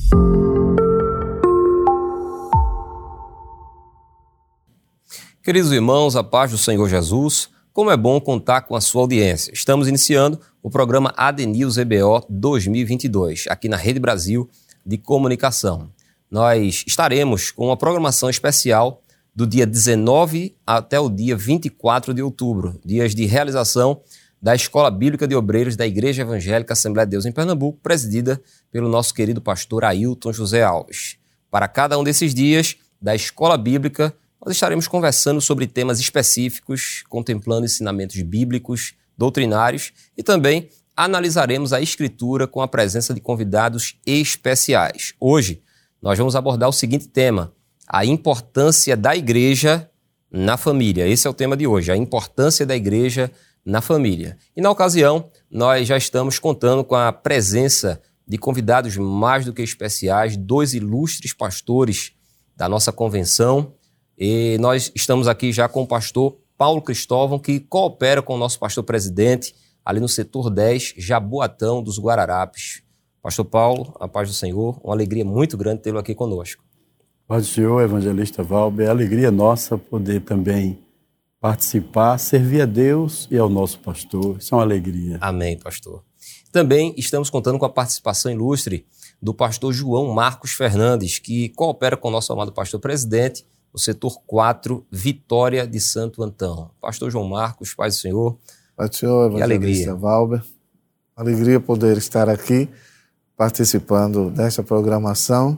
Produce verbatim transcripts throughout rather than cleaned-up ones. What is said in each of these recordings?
Queridos irmãos, a paz do Senhor Jesus, como é bom contar com a sua audiência. Estamos iniciando o programa A D News E B O dois mil e vinte e dois, aqui na Rede Brasil de Comunicação. Nós estaremos com uma programação especial do dia dezenove até o dia vinte e quatro de outubro, dias de realização da Escola Bíblica de Obreiros da Igreja Evangélica Assembleia de Deus em Pernambuco, presidida pelo nosso querido pastor Ailton José Alves. Para cada um desses dias da Escola Bíblica, nós estaremos conversando sobre temas específicos, contemplando ensinamentos bíblicos, doutrinários e também analisaremos a Escritura com a presença de convidados especiais. Hoje, nós vamos abordar o seguinte tema: a importância da igreja na família. Esse é o tema de hoje, a importância da igreja na família. E na ocasião, nós já estamos contando com a presença de convidados mais do que especiais, dois ilustres pastores da nossa convenção. E nós estamos aqui já com o pastor Paulo Cristóvão, que coopera com o nosso pastor presidente, ali no setor dez, Jaboatão dos Guararapes. Pastor Paulo, a paz do Senhor, uma alegria muito grande tê-lo aqui conosco. Paz do Senhor, evangelista Valber, é alegria nossa poder também participar, servir a Deus e ao nosso pastor. Isso é uma alegria. Amém, pastor. Também estamos contando com a participação ilustre do pastor João Marcos Fernandes, que coopera com o nosso amado pastor presidente, no setor quatro, Vitória de Santo Antão. Pastor João Marcos, paz do Senhor. Paz do Senhor, evangelista Valber. Alegria poder estar aqui participando desta programação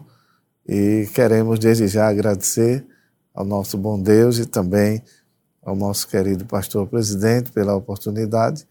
e queremos desde já agradecer ao nosso bom Deus e também ao nosso querido pastor presidente pela oportunidade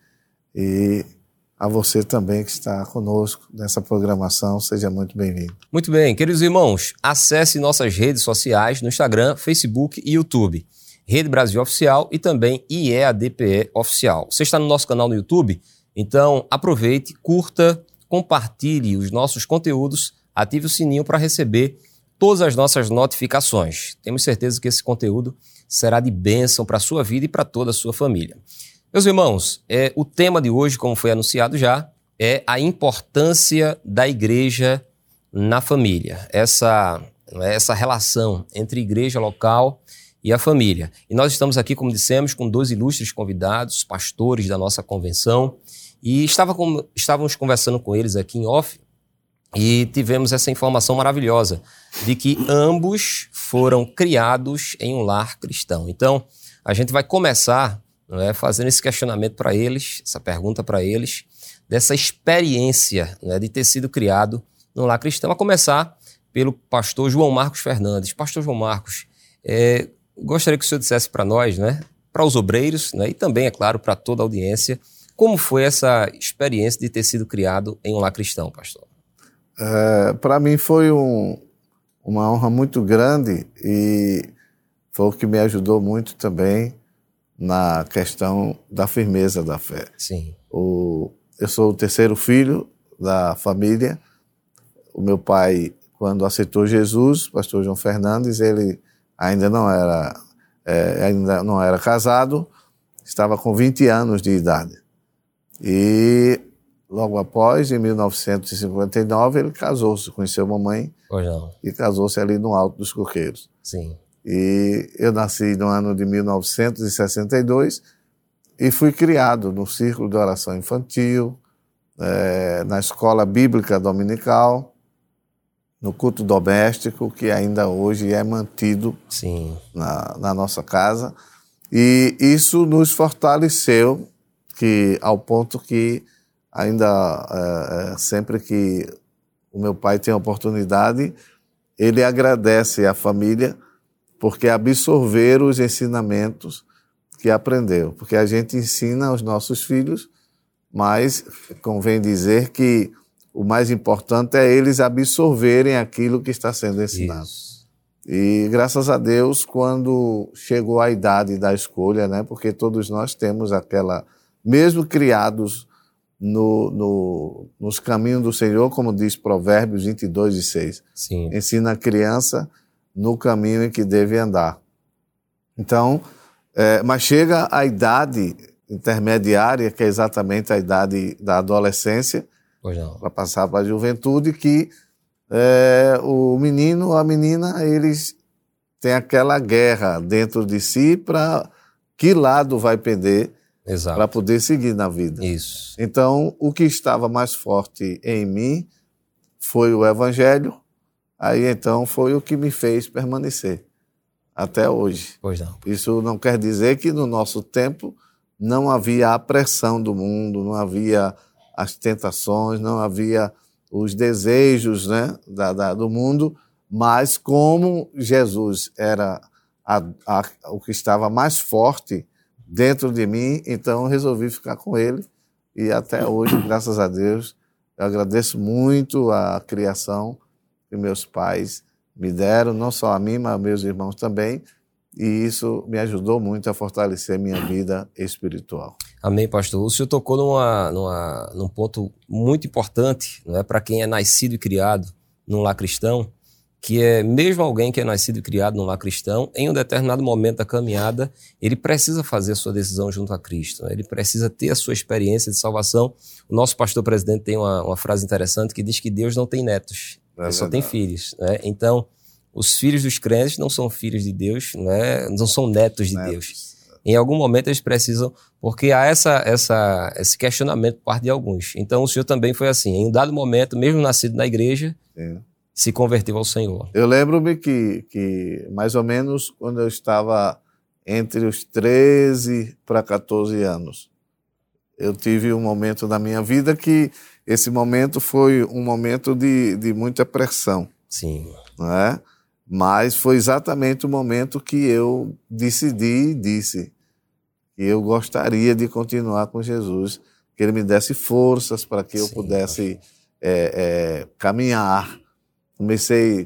e a você também que está conosco nessa programação, seja muito bem-vindo. Muito bem, queridos irmãos, acesse nossas redes sociais no Instagram, Facebook e YouTube. Rede Brasil Oficial e também I E A D P E Oficial. Você está no nosso canal no YouTube? Então aproveite, curta, compartilhe os nossos conteúdos, ative o sininho para receber todas as nossas notificações. Temos certeza que esse conteúdo será de bênção para a sua vida e para toda a sua família. Meus irmãos, é, o tema de hoje, como foi anunciado já, é a importância da igreja na família. Essa, essa relação entre igreja local e a família. E nós estamos aqui, como dissemos, com dois ilustres convidados, pastores da nossa convenção, e estava com, estávamos conversando com eles aqui em off e tivemos essa informação maravilhosa de que ambos foram criados em um lar cristão. Então, a gente vai começar, não é, fazendo esse questionamento para eles, essa pergunta para eles, dessa experiência, né, de ter sido criado num lar cristão, a começar pelo pastor João Marcos Fernandes. Pastor João Marcos, é, gostaria que o senhor dissesse para nós, né, para os obreiros, né, e também, é claro, para toda a audiência, como foi essa experiência de ter sido criado em um lar cristão, pastor? É, para mim foi um, uma honra muito grande e foi o que me ajudou muito também na questão da firmeza da fé. Sim. O, eu sou o terceiro filho da família. O meu pai, quando aceitou Jesus, pastor João Fernandes, ele ainda não era, é, ainda não era casado, estava com vinte anos de idade. E logo após, em mil novecentos e cinquenta e nove, ele casou-se, conheceu a mamãe Pois não. e casou-se ali no Alto dos Coqueiros. Sim. E eu nasci no ano de mil novecentos e sessenta e dois e fui criado no Círculo de Oração Infantil, é, na Escola Bíblica Dominical, no culto doméstico, que ainda hoje é mantido Sim. na, na nossa casa. E isso nos fortaleceu, que, ao ponto que ainda, é, sempre que o meu pai tem a oportunidade, ele agradece à família porque absorveram os ensinamentos que aprendeu. Porque a gente ensina aos nossos filhos, mas convém dizer que o mais importante é eles absorverem aquilo que está sendo ensinado. Isso. E graças a Deus, quando chegou a idade da escolha, né, porque todos nós temos aquela, mesmo criados no, no, nos caminhos do Senhor, como diz Provérbios vinte e dois e seis, Sim. ensina a criança no caminho em que deve andar. Então, é, mas chega a idade intermediária, que é exatamente a idade da adolescência, Pois não. para passar para a juventude, que é, o menino, a menina, eles têm aquela guerra dentro de si para que lado vai pender para poder seguir na vida. Isso. Então, o que estava mais forte em mim foi o Evangelho, aí então foi o que me fez permanecer até hoje. Pois não. Isso não quer dizer que no nosso tempo não havia a pressão do mundo, não havia as tentações, não havia os desejos, né, da, da, do mundo, mas como Jesus era a, a, o que estava mais forte dentro de mim, então eu resolvi ficar com ele e até hoje, graças a Deus, eu agradeço muito a criação que meus pais me deram, não só a mim, mas a meus irmãos também, e isso me ajudou muito a fortalecer minha vida espiritual. Amém, pastor. O senhor tocou numa, numa, num ponto muito importante, não é, para quem é nascido e criado num lar cristão, que é mesmo alguém que é nascido e criado num lar cristão, em um determinado momento da caminhada, ele precisa fazer a sua decisão junto a Cristo, né? Ele precisa ter a sua experiência de salvação. O nosso pastor presidente tem uma, uma frase interessante que diz que Deus não tem netos, é ele só tem filhos, né? Então, os filhos dos crentes não são filhos de Deus, não, é? Não são netos de netos. Deus. Em algum momento eles precisam, porque há essa, essa, esse questionamento por parte de alguns. Então o senhor também foi assim, em um dado momento, mesmo nascido na igreja, Sim. se converteu ao Senhor. Eu lembro-me que, que mais ou menos quando eu estava entre os treze para quatorze anos, eu tive um momento na minha vida que esse momento foi um momento de, de muita pressão. Sim. Não é? Mas foi exatamente o momento que eu decidi e disse que eu gostaria de continuar com Jesus, que Ele me desse forças para que Sim, eu pudesse é, é, caminhar. Comecei,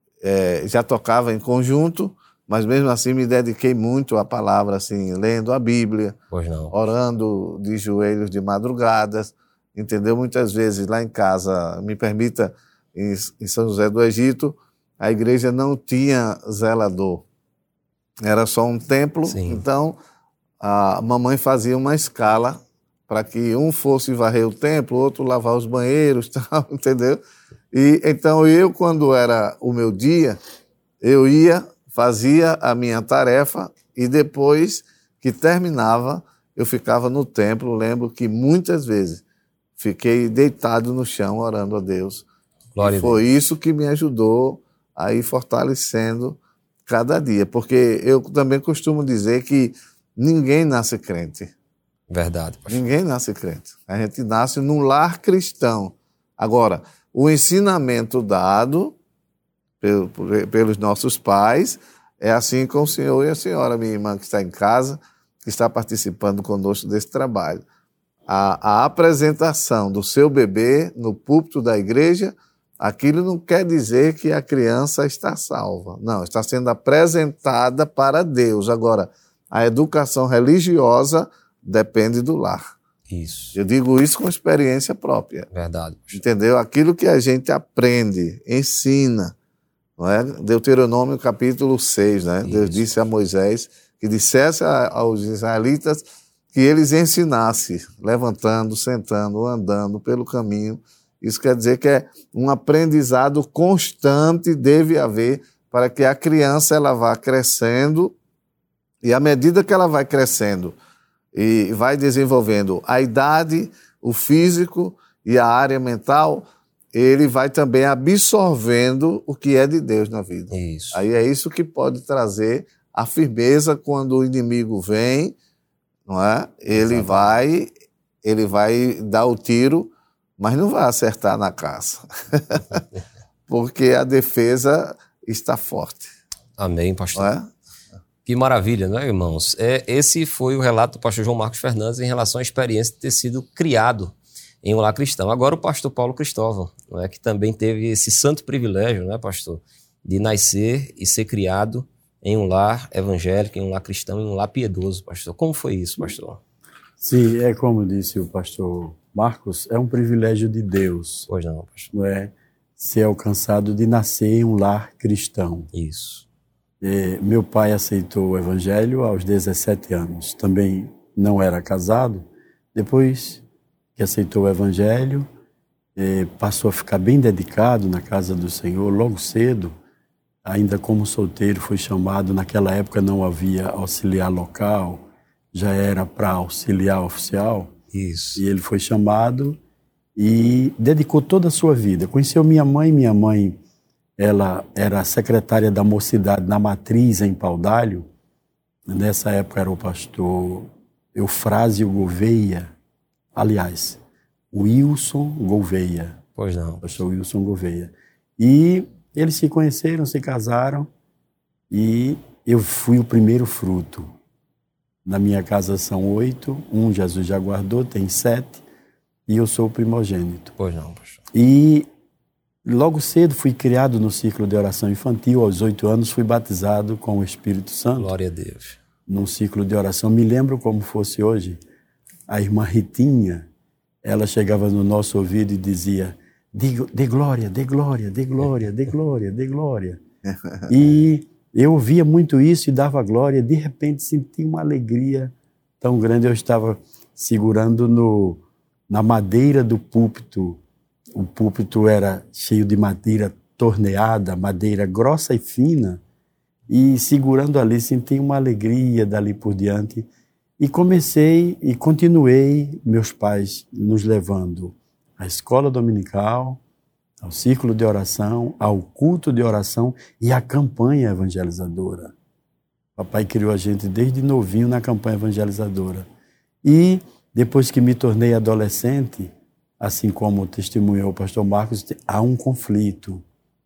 é, já tocava em conjunto, mas mesmo assim me dediquei muito à palavra, assim, lendo a Bíblia, pois não. orando de joelhos de madrugadas, entendeu? Muitas vezes lá em casa, me permita, em, em São José do Egito, a igreja não tinha zelador, era só um templo. Sim. Então a mamãe fazia uma escala para que um fosse varrer o templo, o outro lavar os banheiros, tal, entendeu? E então eu, quando era o meu dia, eu ia, fazia a minha tarefa e depois que terminava, eu ficava no templo. Lembro que muitas vezes fiquei deitado no chão orando a Deus. Glória e foi isso que me ajudou a ir fortalecendo cada dia, porque eu também costumo dizer que ninguém nasce crente. Verdade, pastor. Ninguém nasce crente. A gente nasce num lar cristão. Agora, o ensinamento dado pelo, pelos nossos pais é assim com o senhor e a senhora, minha irmã que está em casa, que está participando conosco desse trabalho. A, a apresentação do seu bebê no púlpito da igreja, aquilo não quer dizer que a criança está salva. Não, está sendo apresentada para Deus. Agora, a educação religiosa depende do lar. Isso. Eu digo isso com experiência própria. Verdade. Entendeu? Aquilo que a gente aprende, ensina. Não é? Deuteronômio capítulo seis, né? Deus disse a Moisés que dissesse aos israelitas que eles ensinassem, levantando, sentando, andando pelo caminho. Isso quer dizer que é um aprendizado constante, deve haver, para que a criança ela vá crescendo, e à medida que ela vai crescendo e vai desenvolvendo a idade, o físico e a área mental, ele vai também absorvendo o que é de Deus na vida. Isso. Aí é isso que pode trazer a firmeza quando o inimigo vem, não é? Ele Exatamente. vai, ele vai dar o tiro, mas não vai acertar na caça, porque a defesa está forte. Amém, pastor. Não é? Que maravilha, não é, irmãos? É, esse foi o relato do pastor João Marcos Fernandes em relação à experiência de ter sido criado em um lar cristão. Agora o pastor Paulo Cristóvão, não é, que também teve esse santo privilégio, não é, pastor, de nascer e ser criado em um lar evangélico, em um lar cristão, em um lar piedoso, pastor. Como foi isso, pastor? Sim, é como disse o pastor Marcos, é um privilégio de Deus. Pois não, pastor. Não é ser alcançado de nascer em um lar cristão. Isso. É, meu pai aceitou o evangelho aos dezessete anos. Também não era casado. Depois que aceitou o evangelho, eh, passou a ficar bem dedicado na casa do Senhor logo cedo. Ainda como solteiro, foi chamado. Naquela época não havia auxiliar local, já era para auxiliar oficial. Isso. E ele foi chamado e dedicou toda a sua vida. Conheceu minha mãe. Minha mãe, ela era secretária da mocidade na Matriz, em Paudalho. Nessa época era o pastor Eufrásio Gouveia. Aliás, Wilson Gouveia. Pois não. Pastor Wilson Gouveia. E eles se conheceram, se casaram, e eu fui o primeiro fruto. Na minha casa são oito, um Jesus já guardou, tem sete, e eu sou o primogênito. Pois não, pastor. E logo cedo fui criado no círculo de oração infantil. Aos oito anos fui batizado com o Espírito Santo. Glória a Deus. Num círculo de oração. Me lembro como fosse hoje. A irmã Ritinha, ela chegava no nosso ouvido e dizia: Dê, dê glória, dê glória, dê glória, dê glória, dê glória. E eu ouvia muito isso e dava glória. De repente senti uma alegria tão grande. Eu estava segurando no, na madeira do púlpito. O púlpito era cheio de madeira torneada, madeira grossa e fina. E segurando ali, senti uma alegria dali por diante. E comecei e continuei, meus pais nos levando à escola dominical, ao círculo de oração, ao culto de oração e à campanha evangelizadora. Papai criou a gente desde novinho na campanha evangelizadora. E depois que me tornei adolescente, assim como testemunhou o pastor Marcos, há um conflito.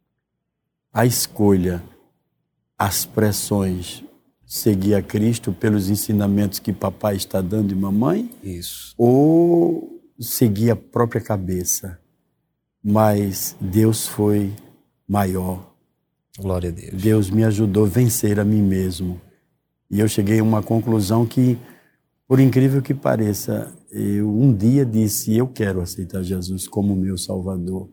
A escolha, as pressões, seguir a Cristo pelos ensinamentos que papai está dando e mamãe? Isso. Ou seguir a própria cabeça? Mas Deus foi maior. Glória a Deus. Deus me ajudou a vencer a mim mesmo. E eu cheguei a uma conclusão que, por incrível que pareça, eu um dia disse: eu quero aceitar Jesus como meu Salvador.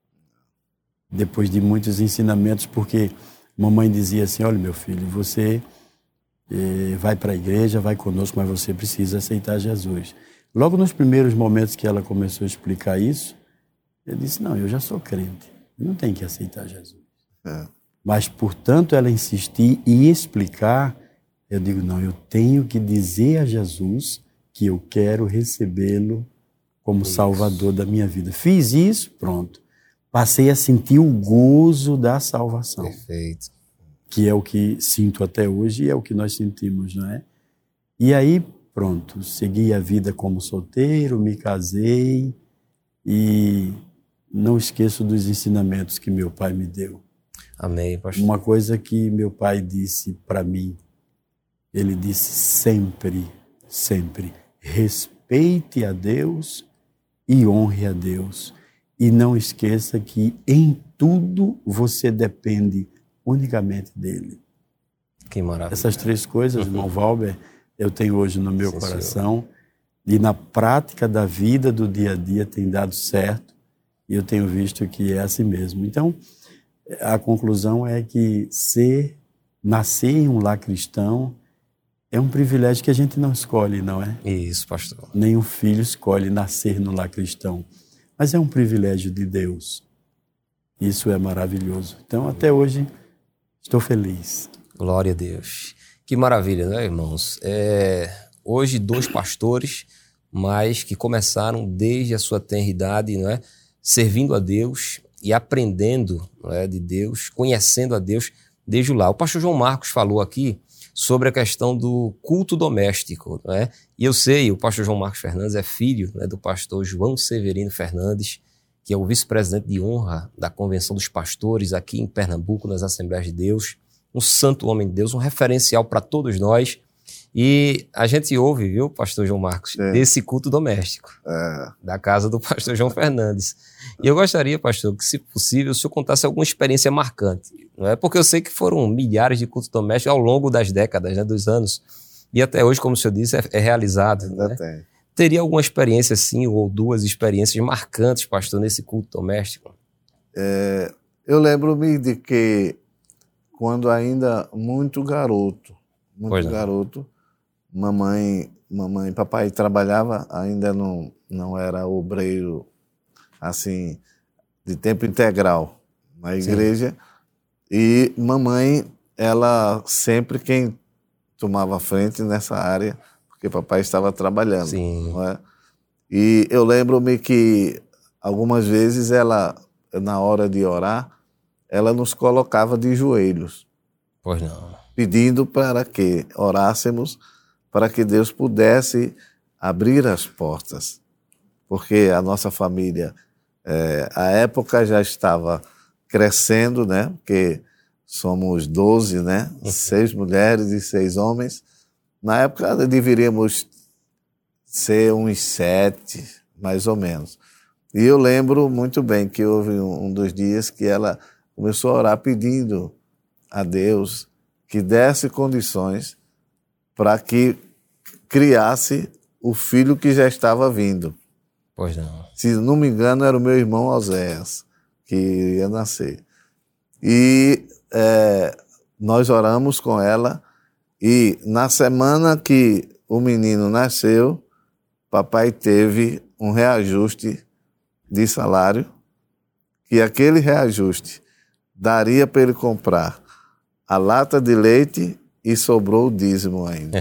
Depois de muitos ensinamentos, porque mamãe dizia assim: olha, meu filho, você eh, vai para a igreja, vai conosco, mas você precisa aceitar Jesus. Logo nos primeiros momentos que ela começou a explicar isso, eu disse: não, eu já sou crente, eu não tenho que aceitar Jesus. É. Mas, portanto, ela insistir e explicar, eu digo: não, eu tenho que dizer a Jesus que eu quero recebê-lo como isso. Salvador da minha vida. Fiz isso, pronto. Passei a sentir o gozo da salvação. Perfeito. Que é o que sinto até hoje e é o que nós sentimos, não é? E aí, pronto, segui a vida como solteiro, me casei e não esqueço dos ensinamentos que meu pai me deu. Amém, pastor. Uma coisa que meu pai disse para mim, ele disse sempre, sempre, respeite a Deus e honre a Deus. E não esqueça que em tudo você depende unicamente dele. Que maravilha. Essas três coisas, uhum. irmão Valber, eu tenho hoje no meu Sim, coração. senhor. E na prática da vida, do dia a dia, tem dado certo. E eu tenho visto que é assim mesmo. Então, a conclusão é que ser, nascer em um lar cristão é um privilégio que a gente não escolhe, não é? Isso, pastor. Nenhum filho escolhe nascer no lar cristão. Mas é um privilégio de Deus. Isso é maravilhoso. Então, até hoje, estou feliz. Glória a Deus. Que maravilha, né, irmãos? É, hoje, dois pastores, mas que começaram desde a sua tenra idade, não é? Servindo a Deus e aprendendo, não é, de Deus, conhecendo a Deus desde lá. O pastor João Marcos falou aqui sobre a questão do culto doméstico, não é? E eu sei, o pastor João Marcos Fernandes é filho, né, do pastor João Severino Fernandes, que é o vice-presidente de honra da Convenção dos Pastores aqui em Pernambuco, nas Assembleias de Deus, um santo homem de Deus, um referencial para todos nós. E a gente ouve, viu, pastor João Marcos, é. desse culto doméstico, é. da casa do pastor João Fernandes. E eu gostaria, pastor, que, se possível, o senhor contasse alguma experiência marcante, não é? Porque eu sei que foram milhares de cultos domésticos ao longo das décadas, né, dos anos, e até hoje, como o senhor disse, é, é realizado. Ainda né? tem. Teria alguma experiência, assim, ou duas experiências marcantes, pastor, nesse culto doméstico? É, eu lembro-me de que, quando ainda muito garoto, muito garoto, mamãe, mamãe, papai trabalhava, ainda não, não era obreiro assim, de tempo integral na igreja. Sim. E mamãe, ela sempre quem tomava frente nessa área, porque papai estava trabalhando. Sim. Não é? E eu lembro-me que algumas vezes ela, na hora de orar, ela nos colocava de joelhos. Pois não. Pedindo para que orássemos, para que Deus pudesse abrir as portas. Porque a nossa família, é, a época já estava crescendo, né? Porque somos doze, né? Uhum. Seis mulheres e seis homens. Na época deveríamos ser uns sete, mais ou menos. E eu lembro muito bem que houve um, um dos dias que ela começou a orar pedindo a Deus que desse condições para que criasse o filho que já estava vindo. Pois não. Se não me engano, era o meu irmão Oséias, que ia nascer. E é, nós oramos com ela, e na semana que o menino nasceu, papai teve um reajuste de salário, que aquele reajuste daria para ele comprar a lata de leite e sobrou o dízimo ainda.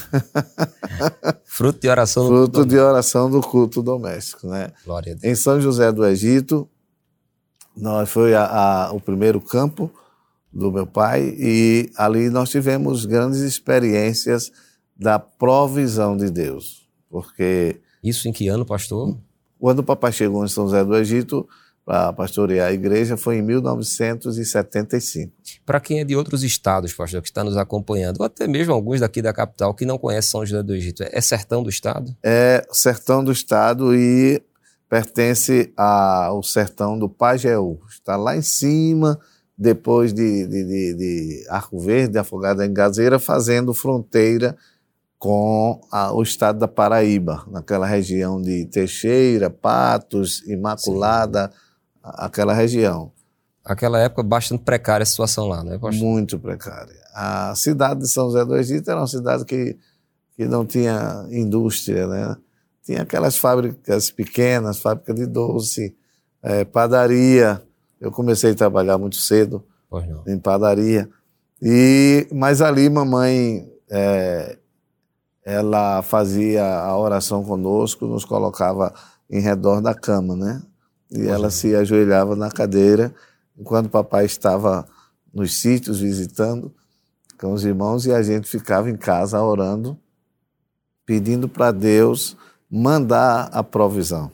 Fruto de oração do Fruto culto de oração do culto doméstico, né? Glória a Deus. Em São José do Egito, nós foi a, a, o primeiro campo do meu pai, e ali nós tivemos grandes experiências da provisão de Deus. Porque... Isso em que ano, pastor? Quando o papai chegou em São José do Egito para pastorear a igreja, foi em mil novecentos e setenta e cinco. Para quem é de outros estados, pastor, que está nos acompanhando, ou até mesmo alguns daqui da capital que não conhecem São José do Egito, é sertão do estado? É sertão do estado e pertence ao sertão do Pajeú. Está lá em cima, depois de, de, de, de Arco Verde, Afogada em Gazeira, fazendo fronteira com a, o estado da Paraíba, naquela região de Teixeira, Patos, Imaculada, sim, aquela região. Aquela época bastante precária a situação lá, né, pastor? Muito precária. A cidade de São José do Egito era uma cidade que, que não tinha indústria, né? Tinha aquelas fábricas pequenas, fábrica de doce, é, padaria. Eu comecei a trabalhar muito cedo em padaria. E, mas ali mamãe... É, ela fazia a oração conosco, nos colocava em redor da cama, né? E pois ela é. se ajoelhava na cadeira, enquanto o papai estava nos sítios visitando com os irmãos, e a gente ficava em casa orando, pedindo para Deus mandar a provisão.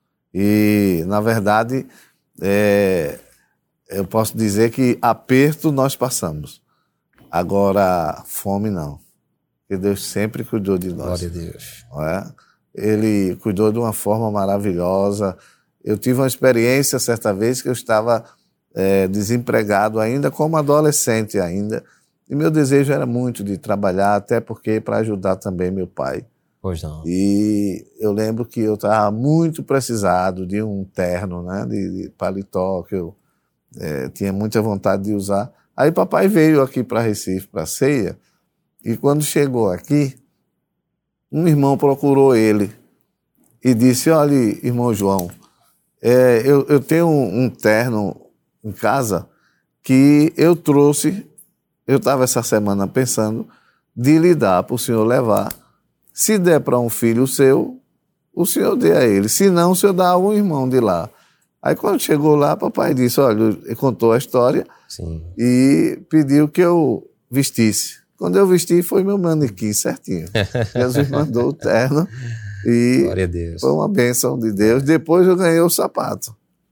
E, na verdade, é, eu posso dizer que aperto nós passamos. Agora, fome não. Porque Deus sempre cuidou de nós. Glória a Deus. Não é? Ele cuidou de uma forma maravilhosa. Eu tive uma experiência certa vez que eu estava é, desempregado ainda, como adolescente ainda, e meu desejo era muito de trabalhar, até porque para ajudar também meu pai. Pois não. E eu lembro que eu estava muito precisado de um terno, né, de, de paletó, que eu é, tinha muita vontade de usar. Aí papai veio aqui para Recife, para a ceia, e quando chegou aqui, um irmão procurou ele e disse: olha, irmão João, é, eu, eu tenho um, um terno em casa que eu trouxe, eu estava essa semana pensando de lhe dar para o senhor levar. Se der para um filho seu, o senhor dê a ele. Se não, o senhor dá a um irmão de lá. Aí quando chegou lá, papai disse, olha, ele contou a história. Sim. E pediu que eu vestisse. Quando eu vesti, foi meu manequim certinho. Jesus mandou o terno e glória a Deus. Foi uma bênção de Deus. Depois eu ganhei o sapato.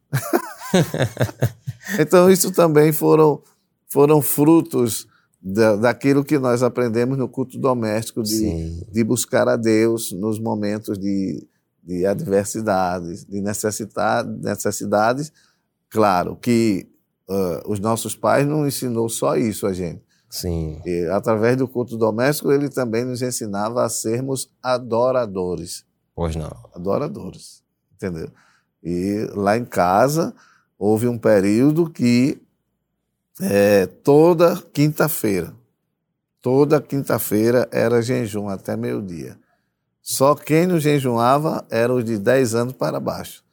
Então isso também foram, foram frutos da, daquilo que nós aprendemos no culto doméstico, de, de buscar a Deus nos momentos de, de adversidades, de necessidade, necessidades. Claro que uh, os nossos pais não ensinou só isso a gente. Sim. E, através do culto doméstico, ele também nos ensinava a sermos adoradores. Pois não. Adoradores, entendeu? E lá em casa, houve um período que é, toda quinta-feira, toda quinta-feira era jejum até meio-dia. Só quem não jejuava eram os de dez anos para baixo.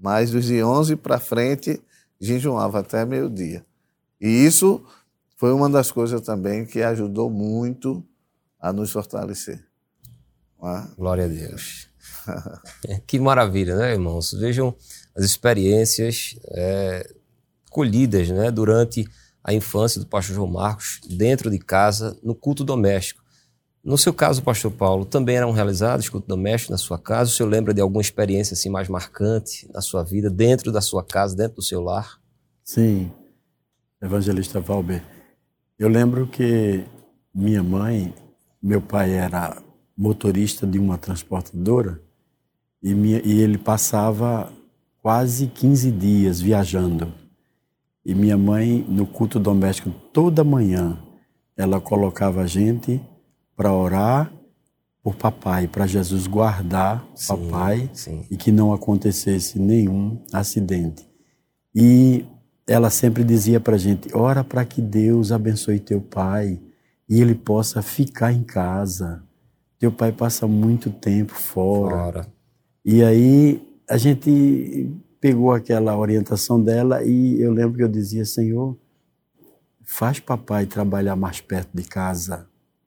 Mas dos onze para frente, jejuava até meio-dia. E isso foi uma das coisas também que ajudou muito a nos fortalecer. Não é? Glória a Deus. Que maravilha, né, irmãos? Vejam as experiências é, colhidas, né, durante a infância do pastor João Marcos, dentro de casa, no culto doméstico. No seu caso, pastor Paulo, também eram realizados culto doméstico na sua casa? O senhor lembra de alguma experiência assim, mais marcante na sua vida, dentro da sua casa, dentro do seu lar? Sim, evangelista Valber. Eu lembro que minha mãe, meu pai era motorista de uma transportadora e, minha, e ele passava quase quinze dias viajando. E minha mãe, no culto doméstico, toda manhã, ela colocava a gente para orar por papai, para Jesus guardar sim, papai sim. E que não acontecesse nenhum acidente. E ela sempre dizia para a gente, ora para que Deus abençoe teu pai e ele possa ficar em casa. Teu pai passa muito tempo fora. fora. E aí a gente pegou aquela orientação dela e eu lembro que eu dizia, Senhor, faz papai trabalhar mais perto de casa.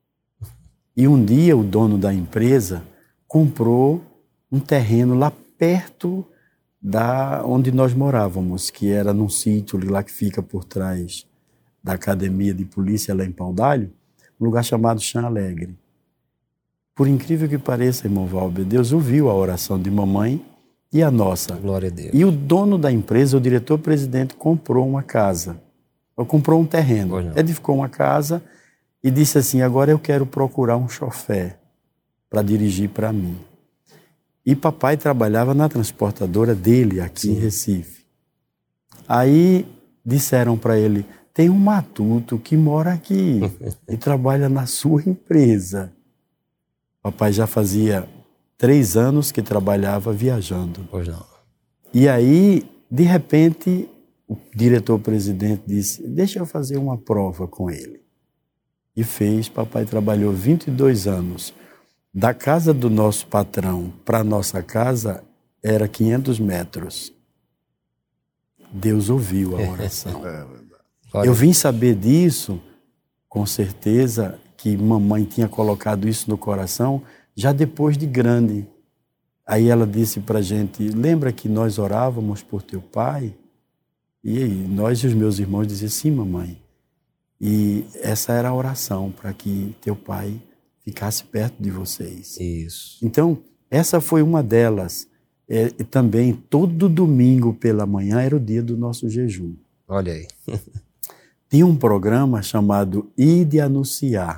E um dia o dono da empresa comprou um terreno lá perto da onde nós morávamos, que era num sítio lá que fica por trás da academia de polícia lá em Pau d'Alho, um lugar chamado Chã Alegre. Por incrível que pareça, irmão Valber, Deus ouviu a oração de mamãe e a nossa. Glória a Deus. E o dono da empresa, o diretor-presidente, comprou uma casa, ou comprou um terreno, edificou uma casa e disse assim, agora eu quero procurar um chofé para dirigir para mim. E papai trabalhava na transportadora dele aqui Sim. em Recife. Aí disseram para ele, tem um matuto que mora aqui e trabalha na sua empresa. Papai já fazia três anos que trabalhava viajando. Pois não. E aí, de repente, o diretor-presidente disse, deixa eu fazer uma prova com ele. E fez, papai trabalhou vinte e dois anos. Da casa do nosso patrão para a nossa casa era quinhentos metros. Deus ouviu a oração. Eu vim saber disso, com certeza, que mamãe tinha colocado isso no coração, já depois de grande. Aí ela disse para a gente, lembra que nós orávamos por teu pai? E aí, nós e os meus irmãos diziam, sim, mamãe. E essa era a oração, para que teu pai ficasse perto de vocês. Isso. Então, essa foi uma delas. É, e também, todo domingo pela manhã era o dia do nosso jejum. Olha aí. Tinha um programa chamado Ide Anunciar.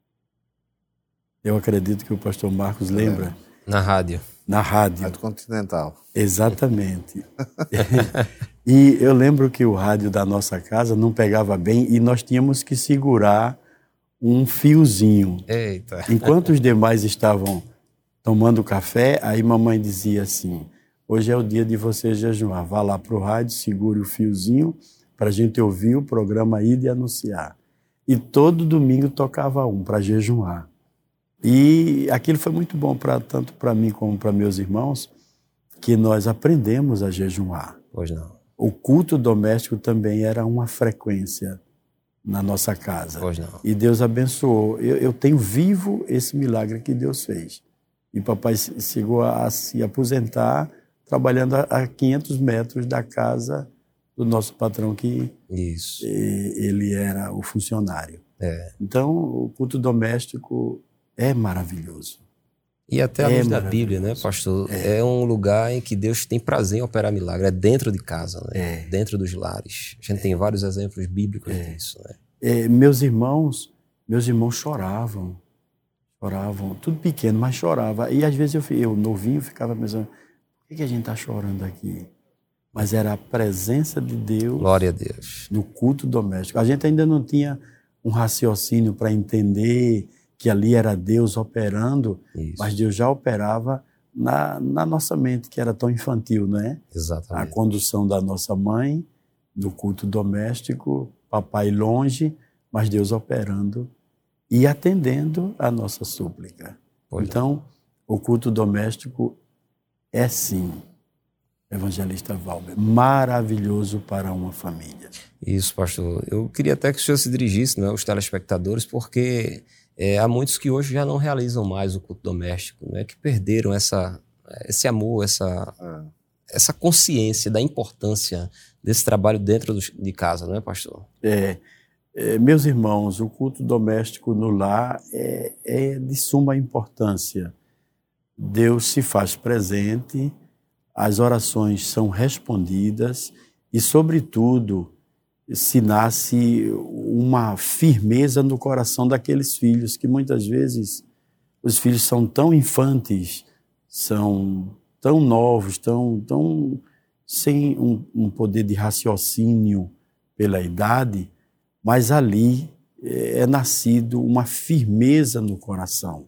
Eu acredito que o pastor Marcos lembra. Na rádio. Na rádio. Rádio Continental. Exatamente. E eu lembro que o rádio da nossa casa não pegava bem e nós tínhamos que segurar um fiozinho. Eita. Enquanto os demais estavam tomando café, aí mamãe dizia assim, hoje é o dia de você jejuar. Vá lá para o rádio, segure o fiozinho para a gente ouvir o programa Ide Anunciar. E todo domingo tocava um para jejuar. E aquilo foi muito bom, pra, tanto para mim como para meus irmãos, que nós aprendemos a jejuar. Pois não. O culto doméstico também era uma frequência na nossa casa. Pois não. E Deus abençoou. Eu, eu tenho vivo esse milagre que Deus fez. E papai chegou a, a se aposentar trabalhando a, a quinhentos metros da casa do nosso patrão, que Isso. ele era o funcionário. É. Então, o culto doméstico é maravilhoso. E até a luz é da Bíblia, né, pastor? É. é um lugar em que Deus tem prazer em operar milagre. É dentro de casa, né? É. Dentro dos lares. A gente é. tem vários exemplos bíblicos é. disso, né? É, meus irmãos, meus irmãos choravam. Choravam, tudo pequeno, mas chorava. E às vezes eu, eu novinho, ficava pensando, por que, que a gente está chorando aqui? Mas era a presença de Deus. Glória a Deus. No culto doméstico. A gente ainda não tinha um raciocínio para entender que ali era Deus operando, Isso. mas Deus já operava na, na nossa mente, que era tão infantil, não é? Exatamente. A condução da nossa mãe, do culto doméstico, papai longe, mas Deus operando e atendendo a nossa súplica. Pois então, é. o culto doméstico é sim Evangelista Valber. Maravilhoso para uma família. Isso, pastor. Eu queria até que o senhor se dirigisse, né, aos telespectadores, porque é, há muitos que hoje já não realizam mais o culto doméstico, né, que perderam essa, esse amor, essa, é. essa consciência da importância desse trabalho dentro do, de casa, não é, pastor? É, é, meus irmãos, o culto doméstico no lar é, é de suma importância. Deus se faz presente, as orações são respondidas e, sobretudo, se nasce uma firmeza no coração daqueles filhos que muitas vezes os filhos são tão infantes, são tão novos, tão, tão sem um, um poder de raciocínio pela idade, mas ali é nascido uma firmeza no coração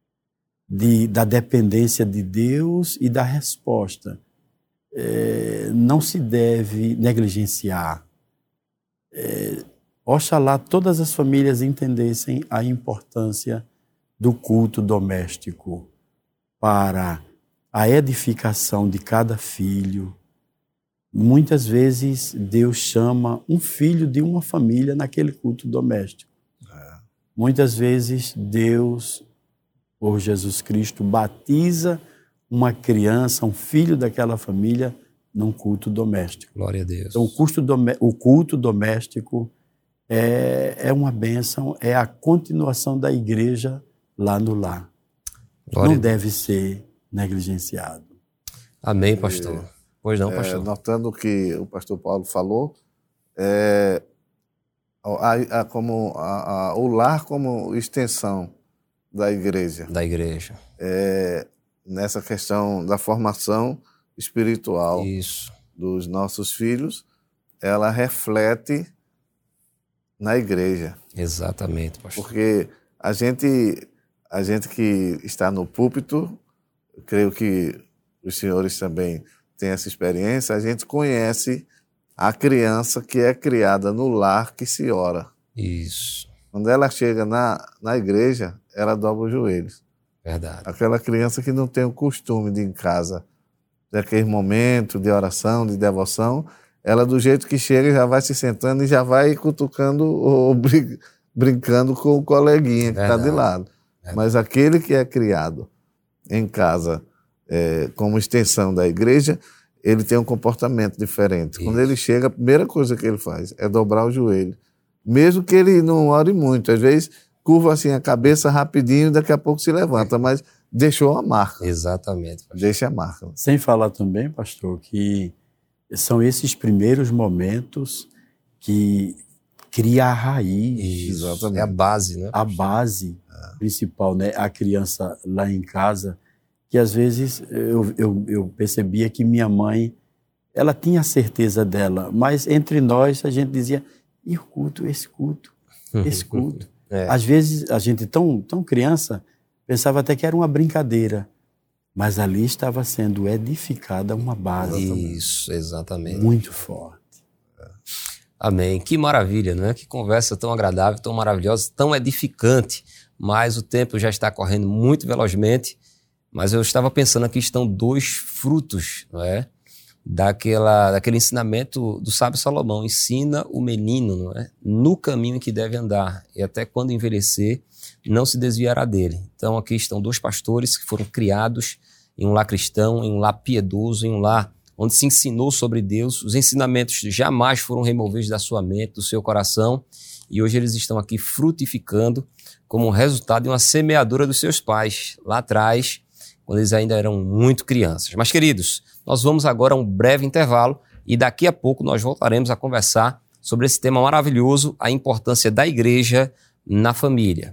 de, da dependência de Deus e da resposta. É, não se deve negligenciar. É, oxalá todas as famílias entendessem a importância do culto doméstico para a edificação de cada filho. Muitas vezes Deus chama um filho de uma família naquele culto doméstico. É. Muitas vezes Deus, por Jesus Cristo, batiza uma criança, um filho daquela família, num culto doméstico. Glória a Deus. Então, o, culto domé- o culto doméstico é, é uma bênção, é a continuação da igreja lá no lar. Glória Não deve ser negligenciado. Amém, pastor. É, pois não, pastor. É, notando o que o pastor Paulo falou, é, a, a, como, a, a, o lar como extensão da igreja. Da igreja. É, nessa questão da formação espiritual Isso. dos nossos filhos, ela reflete na igreja. Exatamente, pastor. Porque a gente, a gente que está no púlpito, creio que os senhores também têm essa experiência, a gente conhece a criança que é criada no lar que se ora. Isso. Quando ela chega na, na igreja, ela dobra os joelhos. Verdade. Aquela criança que não tem o costume de ir em casa, daquele momento de oração, de devoção, ela do jeito que chega já vai se sentando e já vai cutucando ou brin- brincando com o coleguinha que está de lado. Verdade. Mas aquele que é criado em casa é, como extensão da igreja, ele tem um comportamento diferente. Isso. Quando ele chega, a primeira coisa que ele faz é dobrar o joelho. Mesmo que ele não ore muito, às vezes curva assim a cabeça rapidinho, daqui a pouco se levanta, mas deixou a marca. Exatamente. Pastor. Deixa a marca. Sem falar também, pastor, que são esses primeiros momentos que cria a raiz. Isso. Exatamente. É a base, né? A base é. principal, né? A criança lá em casa, que às vezes eu, eu, eu percebia que minha mãe, ela tinha a certeza dela, mas entre nós a gente dizia, e o culto, esse culto, esse culto. É. Às vezes a gente, tão, tão criança, pensava até que era uma brincadeira, mas ali estava sendo edificada uma base. Isso, exatamente. Muito forte. Amém. Que maravilha, não é? Que conversa tão agradável, tão maravilhosa, tão edificante, mas o tempo já está correndo muito velozmente, mas eu estava pensando aqui, estão dois frutos, não é? Daquela, daquele ensinamento do sábio Salomão, ensina o menino, não é? No caminho em que deve andar, e até quando envelhecer, não se desviará dele. Então aqui estão dois pastores que foram criados em um lar cristão, em um lar piedoso, em um lar onde se ensinou sobre Deus. Os ensinamentos jamais foram removidos da sua mente, do seu coração, e hoje eles estão aqui frutificando como resultado de uma semeadura dos seus pais, lá atrás, quando eles ainda eram muito crianças. Mas, queridos, nós vamos agora a um breve intervalo e daqui a pouco nós voltaremos a conversar sobre esse tema maravilhoso, a importância da igreja na família.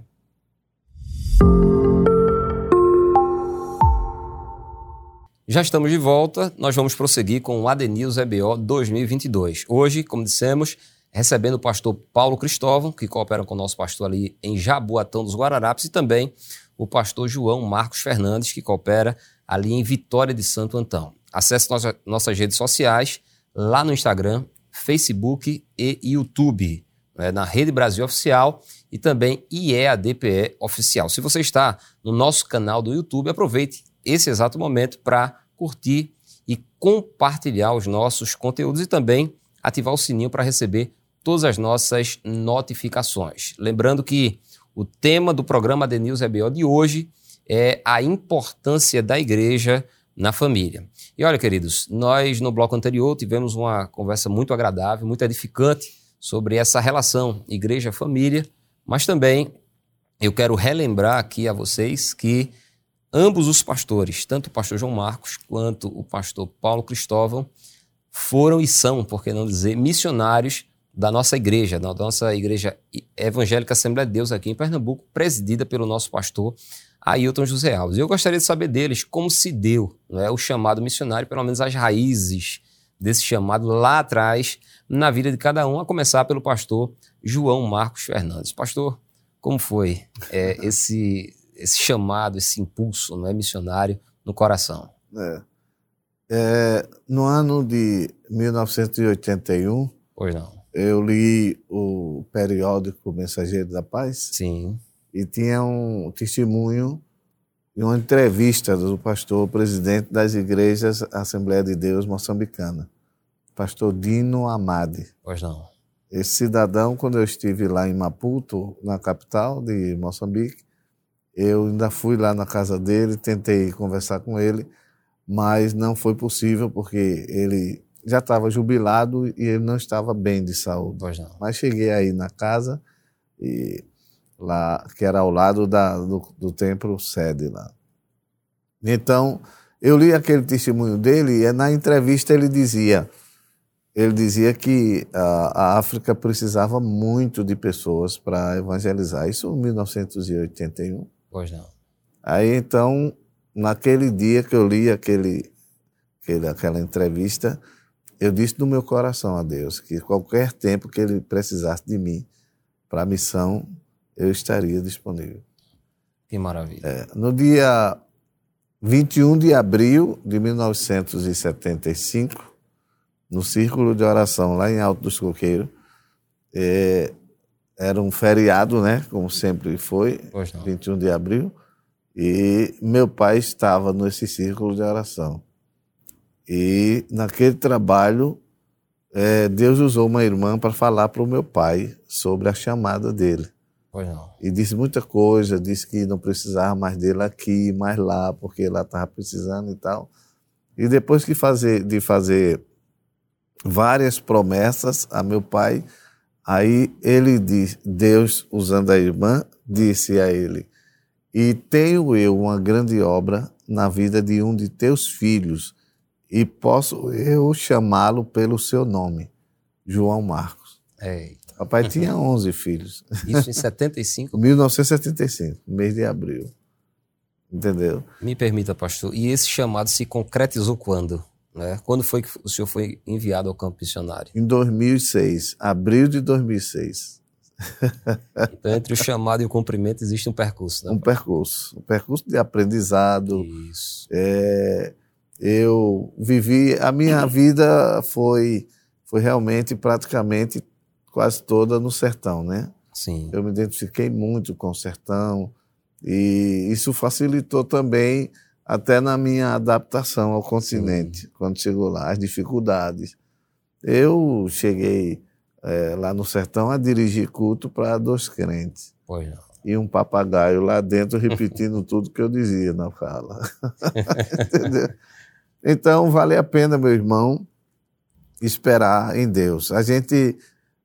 Já estamos de volta, nós vamos prosseguir com o A D News E B O dois mil e vinte e dois. Hoje, como dissemos, recebendo o pastor Paulo Cristóvão, que coopera com o nosso pastor ali em Jaboatão dos Guararapes, e também o pastor João Marcos Fernandes, que coopera ali em Vitória de Santo Antão. Acesse nossa, nossas redes sociais, lá no Instagram, Facebook e YouTube, né, na Rede Brasil Oficial e também I E A D P E Oficial. Se você está no nosso canal do YouTube, aproveite esse exato momento para curtir e compartilhar os nossos conteúdos e também ativar o sininho para receber todas as nossas notificações. Lembrando que o tema do programa A D News E B O de hoje é a importância da igreja na família. E olha, queridos, nós no bloco anterior tivemos uma conversa muito agradável, muito edificante sobre essa relação igreja-família, mas também eu quero relembrar aqui a vocês que ambos os pastores, tanto o pastor João Marcos quanto o pastor Paulo Cristóvão, foram e são, por que não dizer, missionários da nossa igreja, da nossa igreja evangélica Assembleia de Deus aqui em Pernambuco, presidida pelo nosso pastor Ailton José Alves. E eu gostaria de saber deles como se deu, né, o chamado missionário, pelo menos as raízes desse chamado lá atrás, na vida de cada um, a começar pelo pastor João Marcos Fernandes. Pastor, como foi é, esse, esse chamado, esse impulso, né, missionário no coração? É. É, no ano de mil novecentos e oitenta e um, pois não. Eu li o periódico Mensageiro da Paz. Sim. E tinha um testemunho e uma entrevista do pastor presidente das igrejas Assembleia de Deus moçambicana, pastor Dino Amade. Pois não. Esse cidadão, quando eu estive lá em Maputo, na capital de Moçambique, eu ainda fui lá na casa dele, tentei conversar com ele, mas não foi possível porque ele já estava jubilado e ele não estava bem de saúde. Pois não. Mas cheguei aí na casa, e lá, que era ao lado da, do, do templo sede lá. Então, eu li aquele testemunho dele e na entrevista ele dizia, ele dizia que a, a África precisava muito de pessoas para evangelizar. Isso em mil novecentos e oitenta e um. Pois não. Aí, então, naquele dia que eu li aquele, aquele, aquela entrevista, eu disse no meu coração a Deus que qualquer tempo que ele precisasse de mim para a missão, eu estaria disponível. Que maravilha. É, no dia vinte e um de abril de mil novecentos e setenta e cinco, no Círculo de Oração, lá em Alto dos Coqueiros, é, era um feriado, né, como sempre foi, pois não. vinte e um de abril, e meu pai estava nesse Círculo de Oração. E naquele trabalho, é, Deus usou uma irmã para falar para o meu pai sobre a chamada dele. Pois não. E disse muita coisa, disse que não precisava mais dele aqui, mais lá, porque lá estava precisando e tal. E depois que fazer, de fazer várias promessas a meu pai, aí ele disse, Deus, usando a irmã, disse a ele, e tenho eu uma grande obra na vida de um de teus filhos, e posso eu chamá-lo pelo seu nome, João Marcos. Eita. Papai tinha onze filhos. Isso em setenta e cinco? mil novecentos e setenta e cinco, mês de abril. Entendeu? Me permita, pastor, e esse chamado se concretizou quando? Né? Quando foi que o senhor foi enviado ao campo missionário? Em dois mil e seis, abril de dois mil e seis. Então, entre o chamado e o cumprimento existe um percurso, né? Um percurso. Um percurso de aprendizado. Isso. É, eu vivi... A minha vida foi, foi realmente, praticamente, quase toda no sertão, né? Sim. Eu me identifiquei muito com o sertão e isso facilitou também até na minha adaptação ao continente, sim, quando chegou lá, as dificuldades. Eu cheguei é, lá no sertão a dirigir culto para dois crentes. Pois não. E um papagaio lá dentro repetindo tudo que eu dizia na fala. Entendeu? Então, vale a pena, meu irmão, esperar em Deus. A gente...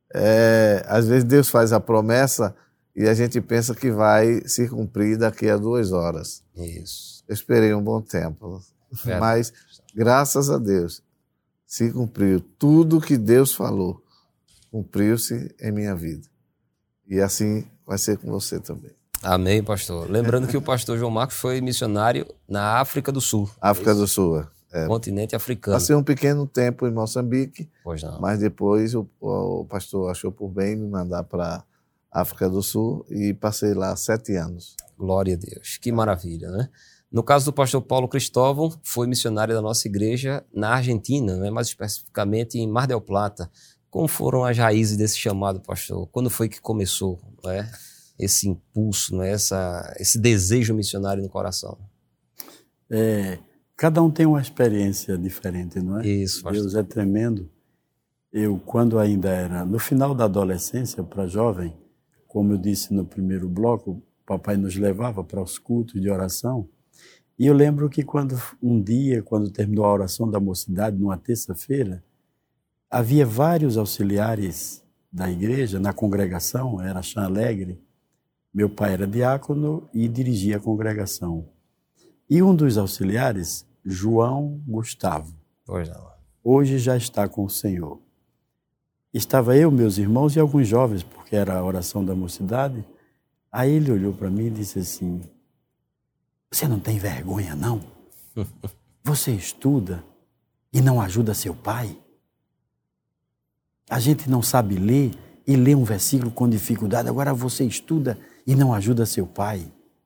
É, às vezes Deus faz a promessa e a gente pensa que vai se cumprir daqui a duas horas. Isso. Eu esperei um bom tempo, verdade, mas graças a Deus se cumpriu. Tudo que Deus falou cumpriu-se em minha vida. E assim vai ser com você também. Amém, pastor. Lembrando que o pastor João Marcos foi missionário na África do Sul. África do Sul, é. Continente africano. Passei um pequeno tempo em Moçambique, pois não, mas depois o, o pastor achou por bem me mandar para a África do Sul e passei lá sete anos. Glória a Deus, que maravilha, né? No caso do pastor Paulo Cristóvão, foi missionário da nossa igreja na Argentina, né? Mais especificamente em Mar del Plata. Como foram as raízes desse chamado, pastor? Quando foi que começou, né, esse impulso, né, essa, esse desejo missionário no coração? É... Cada um tem uma experiência diferente, não é? Isso, pastor. Deus é tremendo. Eu, quando ainda era no final da adolescência, para jovem, como eu disse no primeiro bloco, o papai nos levava para os cultos de oração. E eu lembro que quando um dia, quando terminou a oração da mocidade, numa terça-feira, havia vários auxiliares da igreja, na congregação, era Chã Alegre. Meu pai era diácono e dirigia a congregação. E um dos auxiliares, João Gustavo, Pois não. hoje já está com o Senhor. Estava eu, meus irmãos e alguns jovens, porque era a oração da mocidade. Aí ele olhou para mim e disse assim: você não tem vergonha, não? Você estuda e não ajuda seu pai? A gente não sabe ler e lê um versículo com dificuldade, agora você estuda e não ajuda seu pai?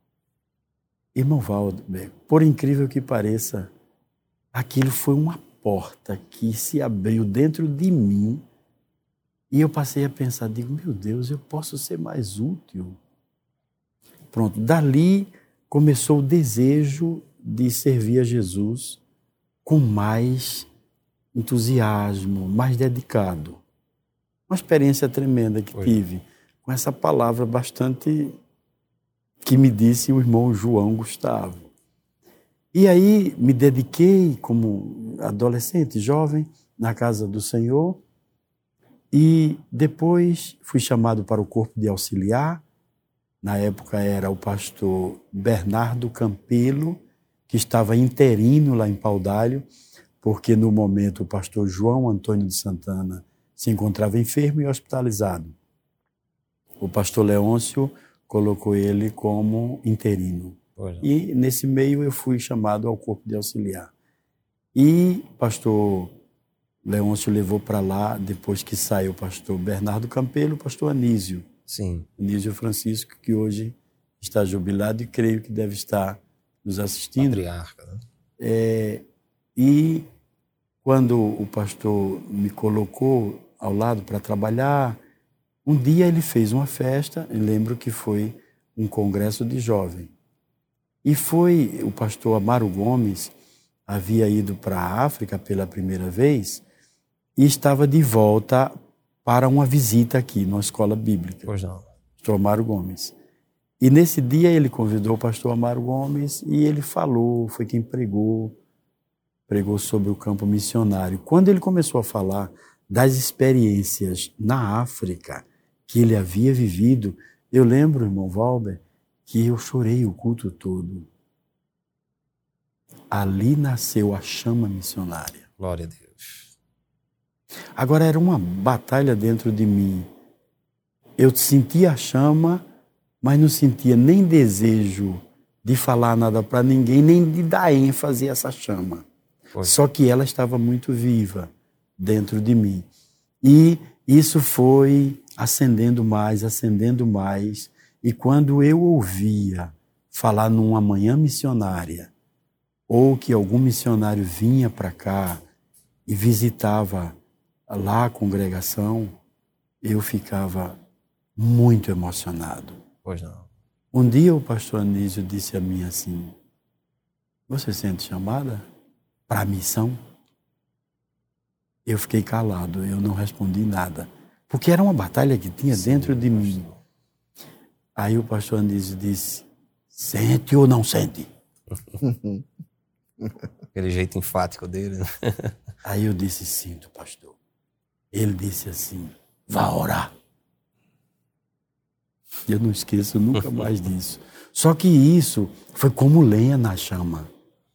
Irmão Valber, por incrível que pareça, aquilo foi uma porta que se abriu dentro de mim e eu passei a pensar, digo, meu Deus, eu posso ser mais útil. Pronto, dali começou o desejo de servir a Jesus com mais entusiasmo, mais dedicado. Uma experiência tremenda que Foi. tive com essa palavra bastante que me disse o irmão João Gustavo. E aí me dediquei como adolescente, jovem, na casa do Senhor e depois fui chamado para o corpo de auxiliar. Na época era o pastor Bernardo Campelo, que estava interino lá em Paudalho, porque no momento o pastor João Antônio de Santana se encontrava enfermo e hospitalizado. O pastor Leôncio colocou ele como interino. Pois não. E nesse meio eu fui chamado ao corpo de auxiliar. E o pastor Leôncio levou para lá, depois que saiu o pastor Bernardo Campelo, o pastor Anísio. Sim. Anísio Francisco, que hoje está jubilado e creio que deve estar nos assistindo. Patriarca, né? É, e quando o pastor me colocou ao lado para trabalhar, um dia ele fez uma festa, eu lembro que foi um congresso de jovem. E foi o pastor Amaro Gomes, havia ido para a África pela primeira vez e estava de volta para uma visita aqui, numa escola bíblica. Pois não. Pastor Amaro Gomes. E nesse dia ele convidou o pastor Amaro Gomes e ele falou, foi quem pregou, pregou sobre o campo missionário. Quando ele começou a falar das experiências na África que ele havia vivido, eu lembro, irmão Valber, que eu chorei o culto todo. Ali nasceu a chama missionária. Glória a Deus. Agora era uma batalha dentro de mim. Eu sentia a chama, mas não sentia nem desejo de falar nada para ninguém, nem de dar ênfase a essa chama. Pois. Só que ela estava muito viva dentro de mim. E isso foi acendendo mais, acendendo mais. E quando eu ouvia falar numa manhã missionária, ou que algum missionário vinha para cá e visitava lá a congregação, eu ficava muito emocionado. Pois não. Um dia o pastor Anísio disse a mim assim, você sente chamada para a missão? Eu fiquei calado, eu não respondi nada, porque era uma batalha que tinha Sim, dentro de mim. pastor. Aí o pastor Anísio disse, sente ou não sente? Aquele jeito enfático dele. Né? Aí eu disse, sinto, pastor. Ele disse assim, vá orar. Eu não esqueço nunca mais disso. Só que isso foi como lenha na chama.